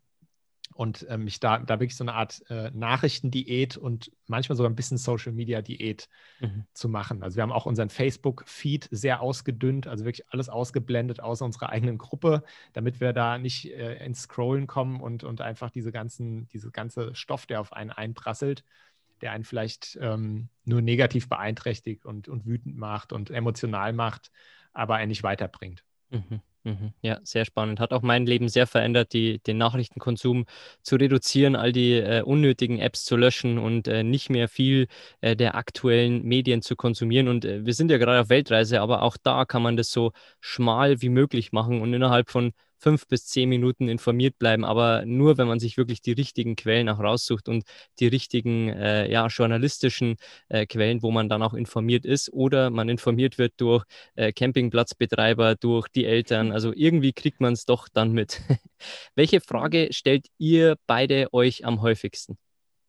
C: Und äh, mich da, da wirklich so eine Art äh, Nachrichtendiät und manchmal sogar ein bisschen Social-Media-Diät mhm. zu machen. Also wir haben auch unseren Facebook-Feed sehr ausgedünnt, also wirklich alles ausgeblendet außer unserer eigenen Gruppe, damit wir da nicht äh, ins Scrollen kommen und, und einfach diese ganzen, diese ganze Stoff, der auf einen einprasselt, der einen vielleicht ähm, nur negativ beeinträchtigt und, und wütend macht und emotional macht, aber einen nicht weiterbringt.
A: Mhm. Ja, sehr spannend. Hat auch mein Leben sehr verändert, die, den Nachrichtenkonsum zu reduzieren, all die äh, unnötigen Apps zu löschen und äh, nicht mehr viel äh, der aktuellen Medien zu konsumieren. Und äh, wir sind ja gerade auf Weltreise, aber auch da kann man das so schmal wie möglich machen und innerhalb von fünf bis zehn Minuten informiert bleiben, aber nur, wenn man sich wirklich die richtigen Quellen auch raussucht und die richtigen äh, ja, journalistischen äh, Quellen, wo man dann auch informiert ist oder man informiert wird durch äh, Campingplatzbetreiber, durch die Eltern, also irgendwie kriegt man es doch dann mit. Welche Frage stellt ihr beide euch am häufigsten?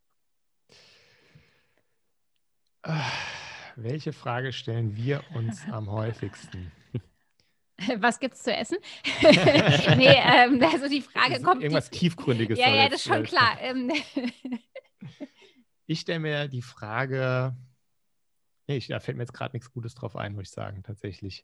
C: Welche Frage stellen wir uns am häufigsten?
B: Was gibt's zu essen? nee, ähm, also die Frage kommt...
C: Irgendwas
B: die,
C: Tiefgründiges.
B: Ja, ja, das ist schon klar.
C: Ich stelle mir die Frage... Nee, ich, da fällt mir jetzt gerade nichts Gutes drauf ein, muss ich sagen, tatsächlich.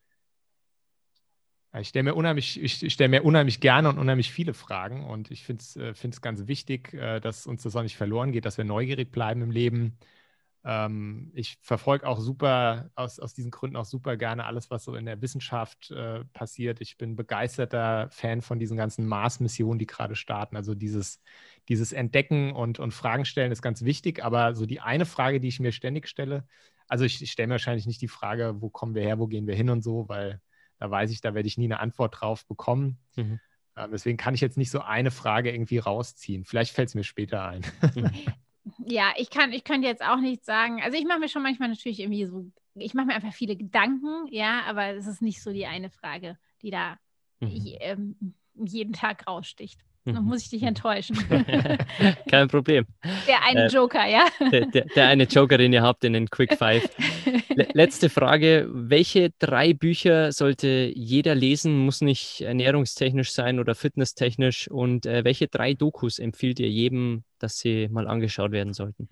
C: Ich stelle mir unheimlich, ich stelle mir unheimlich gerne und unheimlich viele Fragen und ich finde es äh, ganz wichtig, äh, dass uns das auch nicht verloren geht, dass wir neugierig bleiben im Leben. Ähm, ich verfolge auch super, aus, aus diesen Gründen auch super gerne alles, was so in der Wissenschaft äh, passiert. Ich bin begeisterter Fan von diesen ganzen Mars-Missionen, die gerade starten. Also dieses, dieses Entdecken und, und Fragen stellen ist ganz wichtig, aber so die eine Frage, die ich mir ständig stelle, also ich, ich stelle mir wahrscheinlich nicht die Frage, wo kommen wir her, wo gehen wir hin und so, weil da weiß ich, da werde ich nie eine Antwort drauf bekommen. Mhm. Ähm, deswegen kann ich jetzt nicht so eine Frage irgendwie rausziehen. Vielleicht fällt es mir später ein.
B: Ja, ich kann, ich könnte jetzt auch nichts sagen. Also ich mache mir schon manchmal natürlich irgendwie so, ich mache mir einfach viele Gedanken, ja, aber es ist nicht so die eine Frage, die da mhm. ich, ähm, jeden Tag raussticht. Dann muss ich dich enttäuschen.
A: Kein Problem.
B: Der eine äh, Joker, ja?
A: Der, der, der eine Joker, den ihr habt in den Quick Five. Le- letzte Frage. Welche drei Bücher sollte jeder lesen? Muss nicht ernährungstechnisch sein oder fitnesstechnisch. Und äh, welche drei Dokus empfiehlt ihr jedem, dass sie mal angeschaut werden sollten?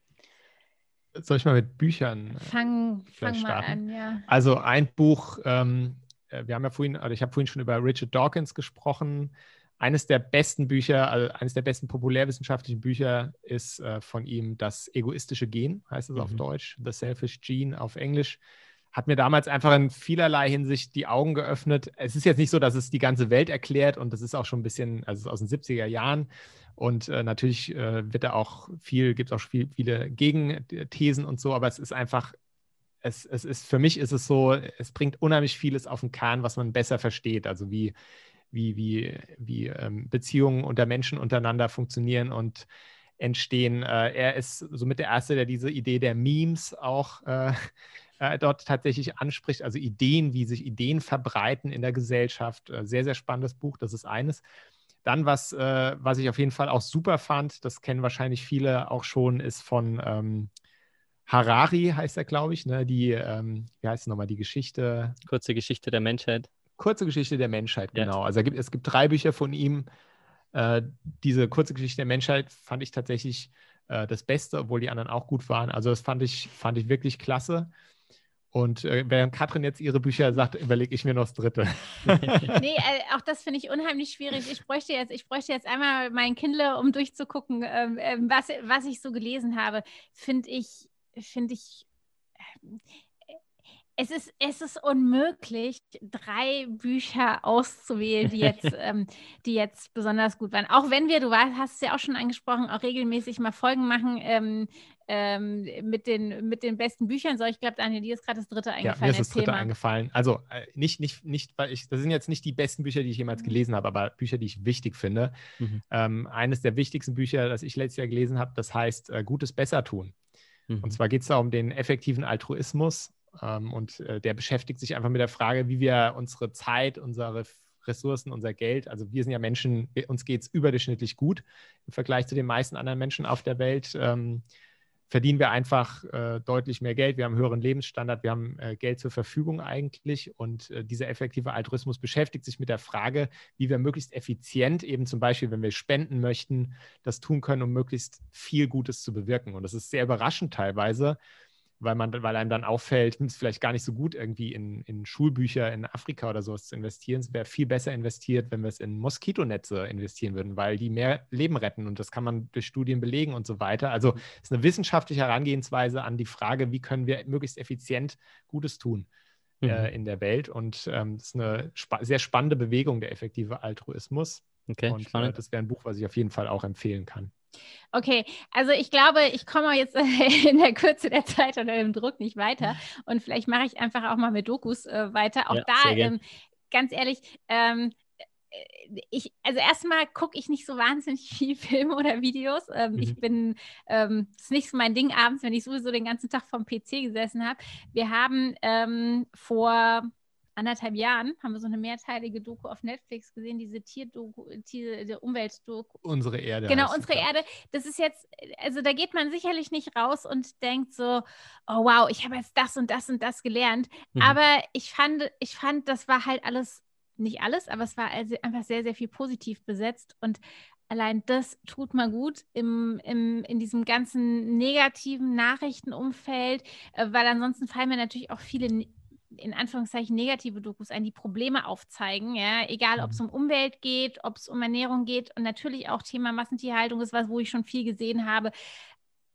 C: Soll ich mal mit Büchern
B: fang, fang mal an, ja.
C: Also ein Buch, ähm, wir haben ja vorhin, also ich habe vorhin schon über Richard Dawkins gesprochen. Eines der besten Bücher, also eines der besten populärwissenschaftlichen Bücher ist äh, von ihm Das egoistische Gen, heißt es mhm. auf Deutsch, The Selfish Gene auf Englisch. Hat mir damals einfach in vielerlei Hinsicht die Augen geöffnet. Es ist jetzt nicht so, dass es die ganze Welt erklärt und das ist auch schon ein bisschen, also es ist aus den siebziger Jahren und äh, natürlich äh, wird da auch viel, gibt es auch viel, viele Gegenthesen und so, aber es ist einfach, es, es ist, für mich ist es so, es bringt unheimlich vieles auf den Kern, was man besser versteht, also wie wie, wie, wie ähm, Beziehungen unter Menschen untereinander funktionieren und entstehen. Äh, er ist somit der Erste, der diese Idee der Memes auch äh, äh, dort tatsächlich anspricht, also Ideen, wie sich Ideen verbreiten in der Gesellschaft. Äh, sehr, sehr spannendes Buch, das ist eines. Dann, was, äh, was ich auf jeden Fall auch super fand, das kennen wahrscheinlich viele auch schon, ist von ähm, Harari, heißt er, glaube ich, ne? Die, ähm, wie heißt es nochmal, die Geschichte?
A: Kurze Geschichte der Menschheit.
C: Kurze Geschichte der Menschheit, genau. Ja. Also es gibt, es gibt drei Bücher von ihm. Äh, diese kurze Geschichte der Menschheit fand ich tatsächlich äh, das Beste, obwohl die anderen auch gut waren. Also das fand ich, fand ich wirklich klasse. Und äh, während Katrin jetzt ihre Bücher sagt, überlege ich mir noch das dritte.
B: Nee, äh, auch das finde ich unheimlich schwierig. Ich bräuchte jetzt, ich bräuchte jetzt einmal mein Kindle, um durchzugucken, ähm, äh, was, was ich so gelesen habe. Finde ich, finde ich... Äh, Es ist, es ist unmöglich, drei Bücher auszuwählen, die jetzt, ähm, die jetzt besonders gut waren. Auch wenn wir, du war, hast es ja auch schon angesprochen, auch regelmäßig mal Folgen machen ähm, ähm, mit, den, mit den besten Büchern. So, ich glaube, Daniel, dir ist gerade das dritte eingefallen.
C: Ja, mir ist das dritte eingefallen. Also äh, nicht, nicht, nicht, weil ich, das sind jetzt nicht die besten Bücher, die ich jemals gelesen habe, aber Bücher, die ich wichtig finde. Mhm. Ähm, eines der wichtigsten Bücher, das ich letztes Jahr gelesen habe, das heißt äh, Gutes besser tun. Mhm. Und zwar geht es da um den effektiven Altruismus. Um, und äh, der beschäftigt sich einfach mit der Frage, wie wir unsere Zeit, unsere Ressourcen, unser Geld, also wir sind ja Menschen, uns geht es überdurchschnittlich gut im Vergleich zu den meisten anderen Menschen auf der Welt. Ähm, verdienen wir einfach äh, deutlich mehr Geld, wir haben einen höheren Lebensstandard, wir haben äh, Geld zur Verfügung eigentlich und äh, dieser effektive Altruismus beschäftigt sich mit der Frage, wie wir möglichst effizient eben zum Beispiel, wenn wir spenden möchten, das tun können, um möglichst viel Gutes zu bewirken. Und das ist sehr überraschend teilweise, weil man, weil einem dann auffällt, es ist vielleicht gar nicht so gut, irgendwie in, in Schulbücher in Afrika oder sowas zu investieren. Es wäre viel besser investiert, wenn wir es in Moskitonetze investieren würden, weil die mehr Leben retten und das kann man durch Studien belegen und so weiter. Also es ist eine wissenschaftliche Herangehensweise an die Frage, wie können wir möglichst effizient Gutes tun mhm. äh, in der Welt und ähm, das ist eine spa- sehr spannende Bewegung, der effektive Altruismus.
A: Okay,
C: und äh, das wäre ein Buch, was ich auf jeden Fall auch empfehlen kann.
B: Okay, also ich glaube, ich komme jetzt in der Kürze der Zeit oder im Druck nicht weiter und vielleicht mache ich einfach auch mal mit Dokus äh, weiter. Auch ja, da, ähm, ganz ehrlich, ähm, ich, also erstmal gucke ich nicht so wahnsinnig viel Filme oder Videos. Ähm, mhm. Ich bin, ähm, das ist nicht so mein Ding abends, wenn ich sowieso den ganzen Tag vom P C gesessen habe. Wir haben ähm, vor anderthalb Jahren haben wir so eine mehrteilige Doku auf Netflix gesehen, diese Tierdoku, Tier, die Umweltdoku.
C: Unsere Erde.
B: Genau, unsere ja. Erde. Das ist jetzt, also da geht man sicherlich nicht raus und denkt so, oh wow, ich habe jetzt das und das und das gelernt. Mhm. Aber ich fand, ich fand, das war halt alles, nicht alles, aber es war also einfach sehr, sehr viel positiv besetzt und allein das tut mal gut im, im, in diesem ganzen negativen Nachrichtenumfeld, weil ansonsten fallen mir natürlich auch viele in Anführungszeichen negative Dokus ein, die Probleme aufzeigen, ja, egal ob es um Umwelt geht, ob es um Ernährung geht und natürlich auch Thema Massentierhaltung ist was, wo ich schon viel gesehen habe.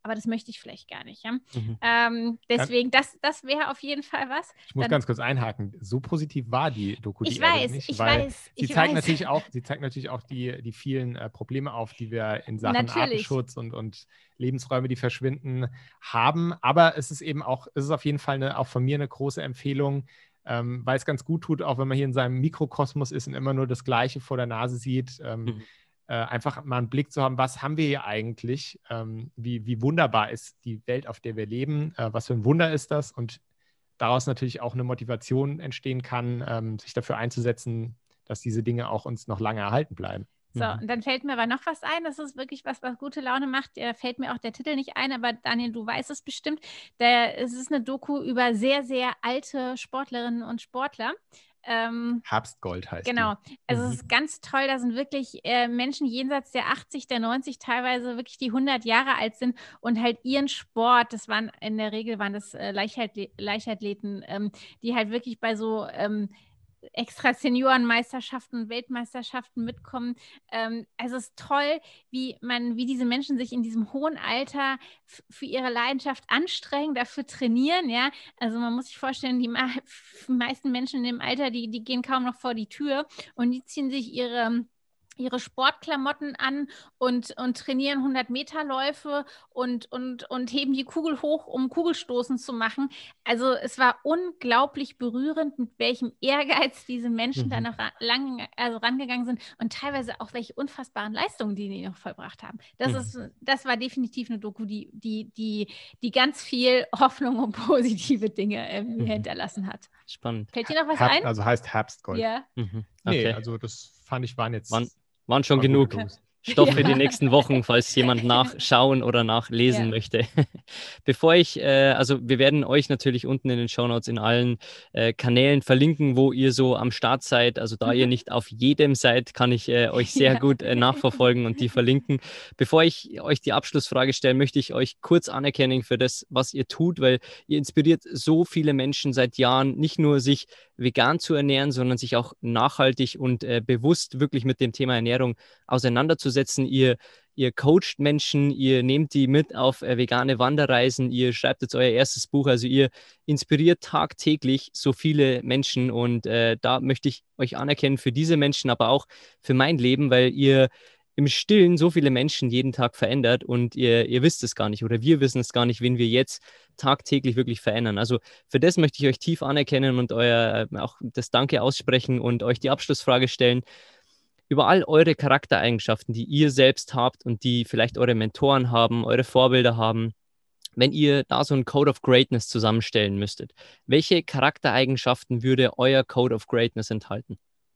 B: aber das möchte ich vielleicht gar nicht. Ja?
A: Mhm.
B: Ähm, deswegen, das, das wäre auf jeden Fall was.
C: Ich muss
B: Dann,
C: ganz kurz einhaken. So positiv war die Doku, die
B: ich
C: Erin
B: weiß,
C: nicht,
B: ich
C: weil
B: weiß,
C: sie
B: ich
C: zeigt
B: weiß.
C: natürlich auch, sie zeigt natürlich auch die, die vielen äh, Probleme auf, die wir in Sachen
B: Natürlich.
C: Artenschutz und, und Lebensräume, die verschwinden, haben. Aber es ist eben auch, es ist auf jeden Fall eine, auch von mir eine große Empfehlung, ähm, weil es ganz gut tut, auch wenn man hier in seinem Mikrokosmos ist und immer nur das Gleiche vor der Nase sieht, ähm,
A: Mhm.
C: äh, einfach mal einen Blick zu haben, was haben wir hier eigentlich, ähm, wie, wie wunderbar ist die Welt, auf der wir leben, äh, was für ein Wunder ist das und daraus natürlich auch eine Motivation entstehen kann, ähm, sich dafür einzusetzen, dass diese Dinge auch uns noch lange erhalten bleiben.
B: So,
A: Mhm.
B: und dann fällt mir aber noch was ein, das ist wirklich was, was gute Laune macht. Da fällt mir auch der Titel nicht ein, aber Daniel, du weißt es bestimmt. Der, es ist eine Doku über sehr, sehr alte Sportlerinnen und Sportler. Ähm,
C: Herbstgold heißt
B: Genau,
C: die.
B: also
C: Mhm.
B: es ist ganz toll, da sind wirklich äh, Menschen jenseits der achtzig, der neunzig, teilweise wirklich die hundert Jahre alt sind und halt ihren Sport, das waren in der Regel waren das äh, Leichtathlet, Leichtathleten, ähm, die halt wirklich bei so ähm, extra Seniorenmeisterschaften, Weltmeisterschaften mitkommen. Ähm, also es ist toll, wie man, wie diese Menschen sich in diesem hohen Alter f- für ihre Leidenschaft anstrengen, dafür trainieren, ja. Also man muss sich vorstellen, die me meisten Menschen in dem Alter, die, die gehen kaum noch vor die Tür und die ziehen sich ihre ihre Sportklamotten an und, und trainieren hundert-Meter-Läufe und, und, und heben die Kugel hoch, um Kugelstoßen zu machen. Also es war unglaublich berührend, mit welchem Ehrgeiz diese Menschen
A: Mhm.
B: da noch ra lang, also rangegangen sind und teilweise auch welche unfassbaren Leistungen, die die noch vollbracht haben. Das,
A: Mhm.
B: ist, das war definitiv eine Doku, die, die, die, die ganz viel Hoffnung und positive Dinge äh, mir
A: Mhm.
B: hinterlassen hat.
A: Spannend.
B: Fällt dir noch was
C: Herb-
B: ein?
C: Also heißt Herbstgold.
B: Ja.
A: Mhm.
C: Nee,
A: Okay.
C: also das fand ich, waren jetzt
A: Wann, waren schon
C: waren
A: genug
C: gute Dokus.
A: Stoff
B: Ja.
A: für die nächsten Wochen, falls jemand nachschauen oder nachlesen
B: Ja.
A: möchte. Bevor ich, äh, also wir werden euch natürlich unten in den Shownotes in allen äh, Kanälen verlinken, wo ihr so am Start seid. Also da ihr nicht auf jedem seid, kann ich äh, euch sehr
B: Ja.
A: gut äh, nachverfolgen und die verlinken. Bevor ich euch die Abschlussfrage stelle, möchte ich euch kurz anerkennen für das, was ihr tut, weil ihr inspiriert so viele Menschen seit Jahren, nicht nur sich vegan zu ernähren, sondern sich auch nachhaltig und äh, bewusst wirklich mit dem Thema Ernährung auseinanderzusetzen. Ihr, ihr coacht Menschen, ihr nehmt die mit auf äh, vegane Wanderreisen, ihr schreibt jetzt euer erstes Buch, also ihr inspiriert tagtäglich so viele Menschen und äh, da möchte ich euch anerkennen für diese Menschen, aber auch für mein Leben, weil ihr im Stillen so viele Menschen jeden Tag verändert und ihr, ihr wisst es gar nicht oder wir wissen es gar nicht, wen wir jetzt tagtäglich wirklich verändern. Also für das möchte ich euch tief anerkennen und euer äh, auch das Danke aussprechen und euch die Abschlussfrage stellen. Über all eure Charaktereigenschaften, die ihr selbst habt und die vielleicht eure Mentoren haben, eure Vorbilder haben, wenn ihr da so einen Code of Greatness zusammenstellen müsstet, welche Charaktereigenschaften würde euer Code of Greatness enthalten?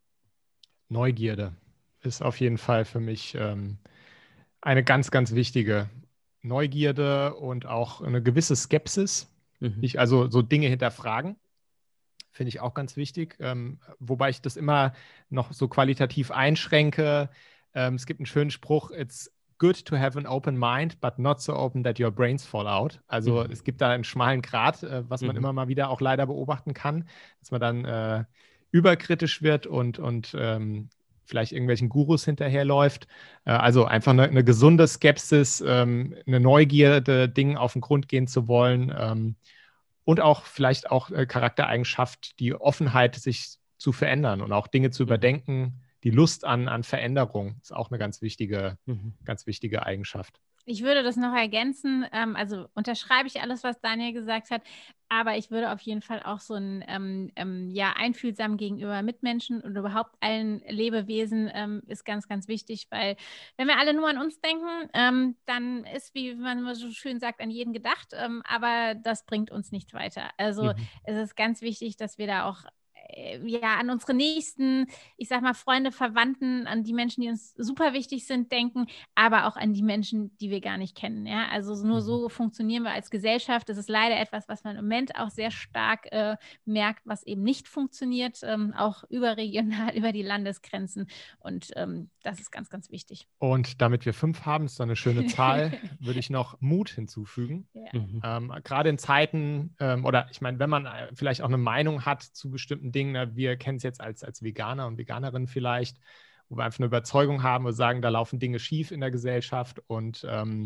C: Neugierde ist auf jeden Fall für mich ähm, eine ganz, ganz wichtige Neugierde und auch eine gewisse Skepsis.
A: Mhm.
C: Ich, also so Dinge hinterfragen, finde ich auch ganz wichtig. Ähm, wobei ich das immer noch so qualitativ einschränke. Ähm, es gibt einen schönen Spruch, it's good to have an open mind, but not so open that your brains fall out. Also
A: Mhm.
C: es gibt da einen schmalen Grat, äh, was man
A: Mhm.
C: immer mal wieder auch leider beobachten kann, dass man dann äh, überkritisch wird und, und ähm, vielleicht irgendwelchen Gurus hinterherläuft. Äh, also einfach eine, eine gesunde Skepsis, ähm, eine Neugierde, Dingen auf den Grund gehen zu wollen, ähm, und auch vielleicht auch äh, Charaktereigenschaft, die Offenheit, sich zu verändern und auch Dinge zu
A: Mhm.
C: überdenken. Die Lust an, an Veränderung ist auch eine ganz wichtige,
A: Mhm.
C: ganz wichtige Eigenschaft.
B: Ich würde das noch ergänzen, ähm, also unterschreibe ich alles, was Daniel gesagt hat, aber ich würde auf jeden Fall auch so ein ähm, ähm, ja, einfühlsam gegenüber Mitmenschen und überhaupt allen Lebewesen ähm, ist ganz, ganz wichtig, weil wenn wir alle nur an uns denken, ähm, dann ist, wie man so schön sagt, an jeden gedacht, ähm, aber das bringt uns nicht weiter. Also
A: Mhm.
B: es ist ganz wichtig, dass wir da auch ja, an unsere Nächsten, ich sag mal Freunde, Verwandten, an die Menschen, die uns super wichtig sind, denken, aber auch an die Menschen, die wir gar nicht kennen. Ja? Also nur
C: Mhm.
B: so funktionieren wir als Gesellschaft. Das ist leider etwas, was man im Moment auch sehr stark äh, merkt, was eben nicht funktioniert, ähm, auch überregional, über die Landesgrenzen. Und ähm, das ist ganz, ganz wichtig.
C: Und damit wir fünf haben, ist so eine schöne Zahl, würde ich noch Mut hinzufügen.
B: Ja.
A: Mhm.
C: Ähm, gerade in Zeiten, ähm, oder ich meine, wenn man äh, vielleicht auch eine Meinung hat zu bestimmten Dingen, na, wir kennen es jetzt als, als Veganer und Veganerin vielleicht, wo wir einfach eine Überzeugung haben und sagen, da laufen Dinge schief in der Gesellschaft und ähm,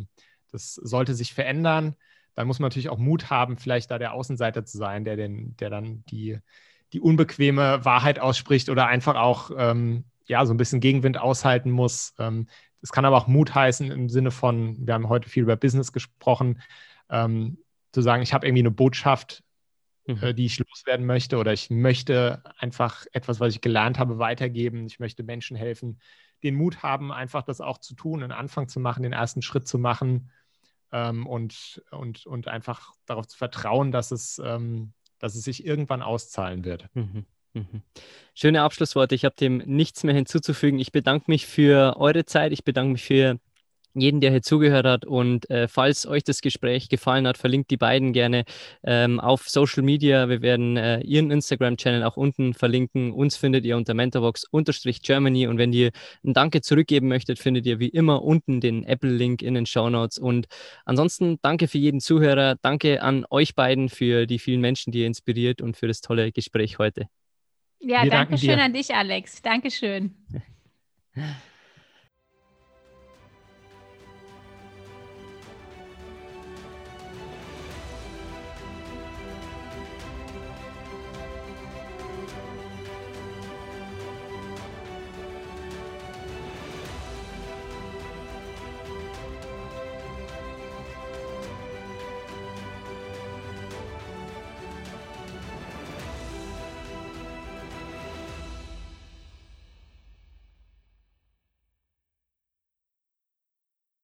C: das sollte sich verändern. Dann muss man natürlich auch Mut haben, vielleicht da der Außenseiter zu sein, der, den, der dann die, die unbequeme Wahrheit ausspricht oder einfach auch ähm, ja, so ein bisschen Gegenwind aushalten muss. Ähm, das kann aber auch Mut heißen im Sinne von, wir haben heute viel über Business gesprochen, ähm, zu sagen, ich habe irgendwie eine Botschaft, mhm. äh, die ich loswerden möchte, oder ich möchte einfach etwas, was ich gelernt habe, weitergeben. Ich möchte Menschen helfen, den Mut haben, einfach das auch zu tun, einen Anfang zu machen, den ersten Schritt zu machen ähm, und, und, und einfach darauf zu vertrauen, dass es, ähm, dass es sich irgendwann auszahlen wird.
A: Mhm. Mhm. Schöne Abschlussworte. Ich habe dem nichts mehr hinzuzufügen. Ich bedanke mich für eure Zeit. Ich bedanke mich für jeden, der hier zugehört hat, und äh, falls euch das Gespräch gefallen hat, verlinkt die beiden gerne ähm, auf Social Media. Wir werden äh, ihren Instagram-Channel auch unten verlinken. Uns findet ihr unter mentorbox-Germany, und wenn ihr ein Danke zurückgeben möchtet, findet ihr wie immer unten den Apple-Link in den Shownotes. Und ansonsten danke für jeden Zuhörer, danke an euch beiden für die vielen Menschen, die ihr inspiriert, und für das tolle Gespräch heute.
B: Ja, danke schön an dich, Alex. Dankeschön.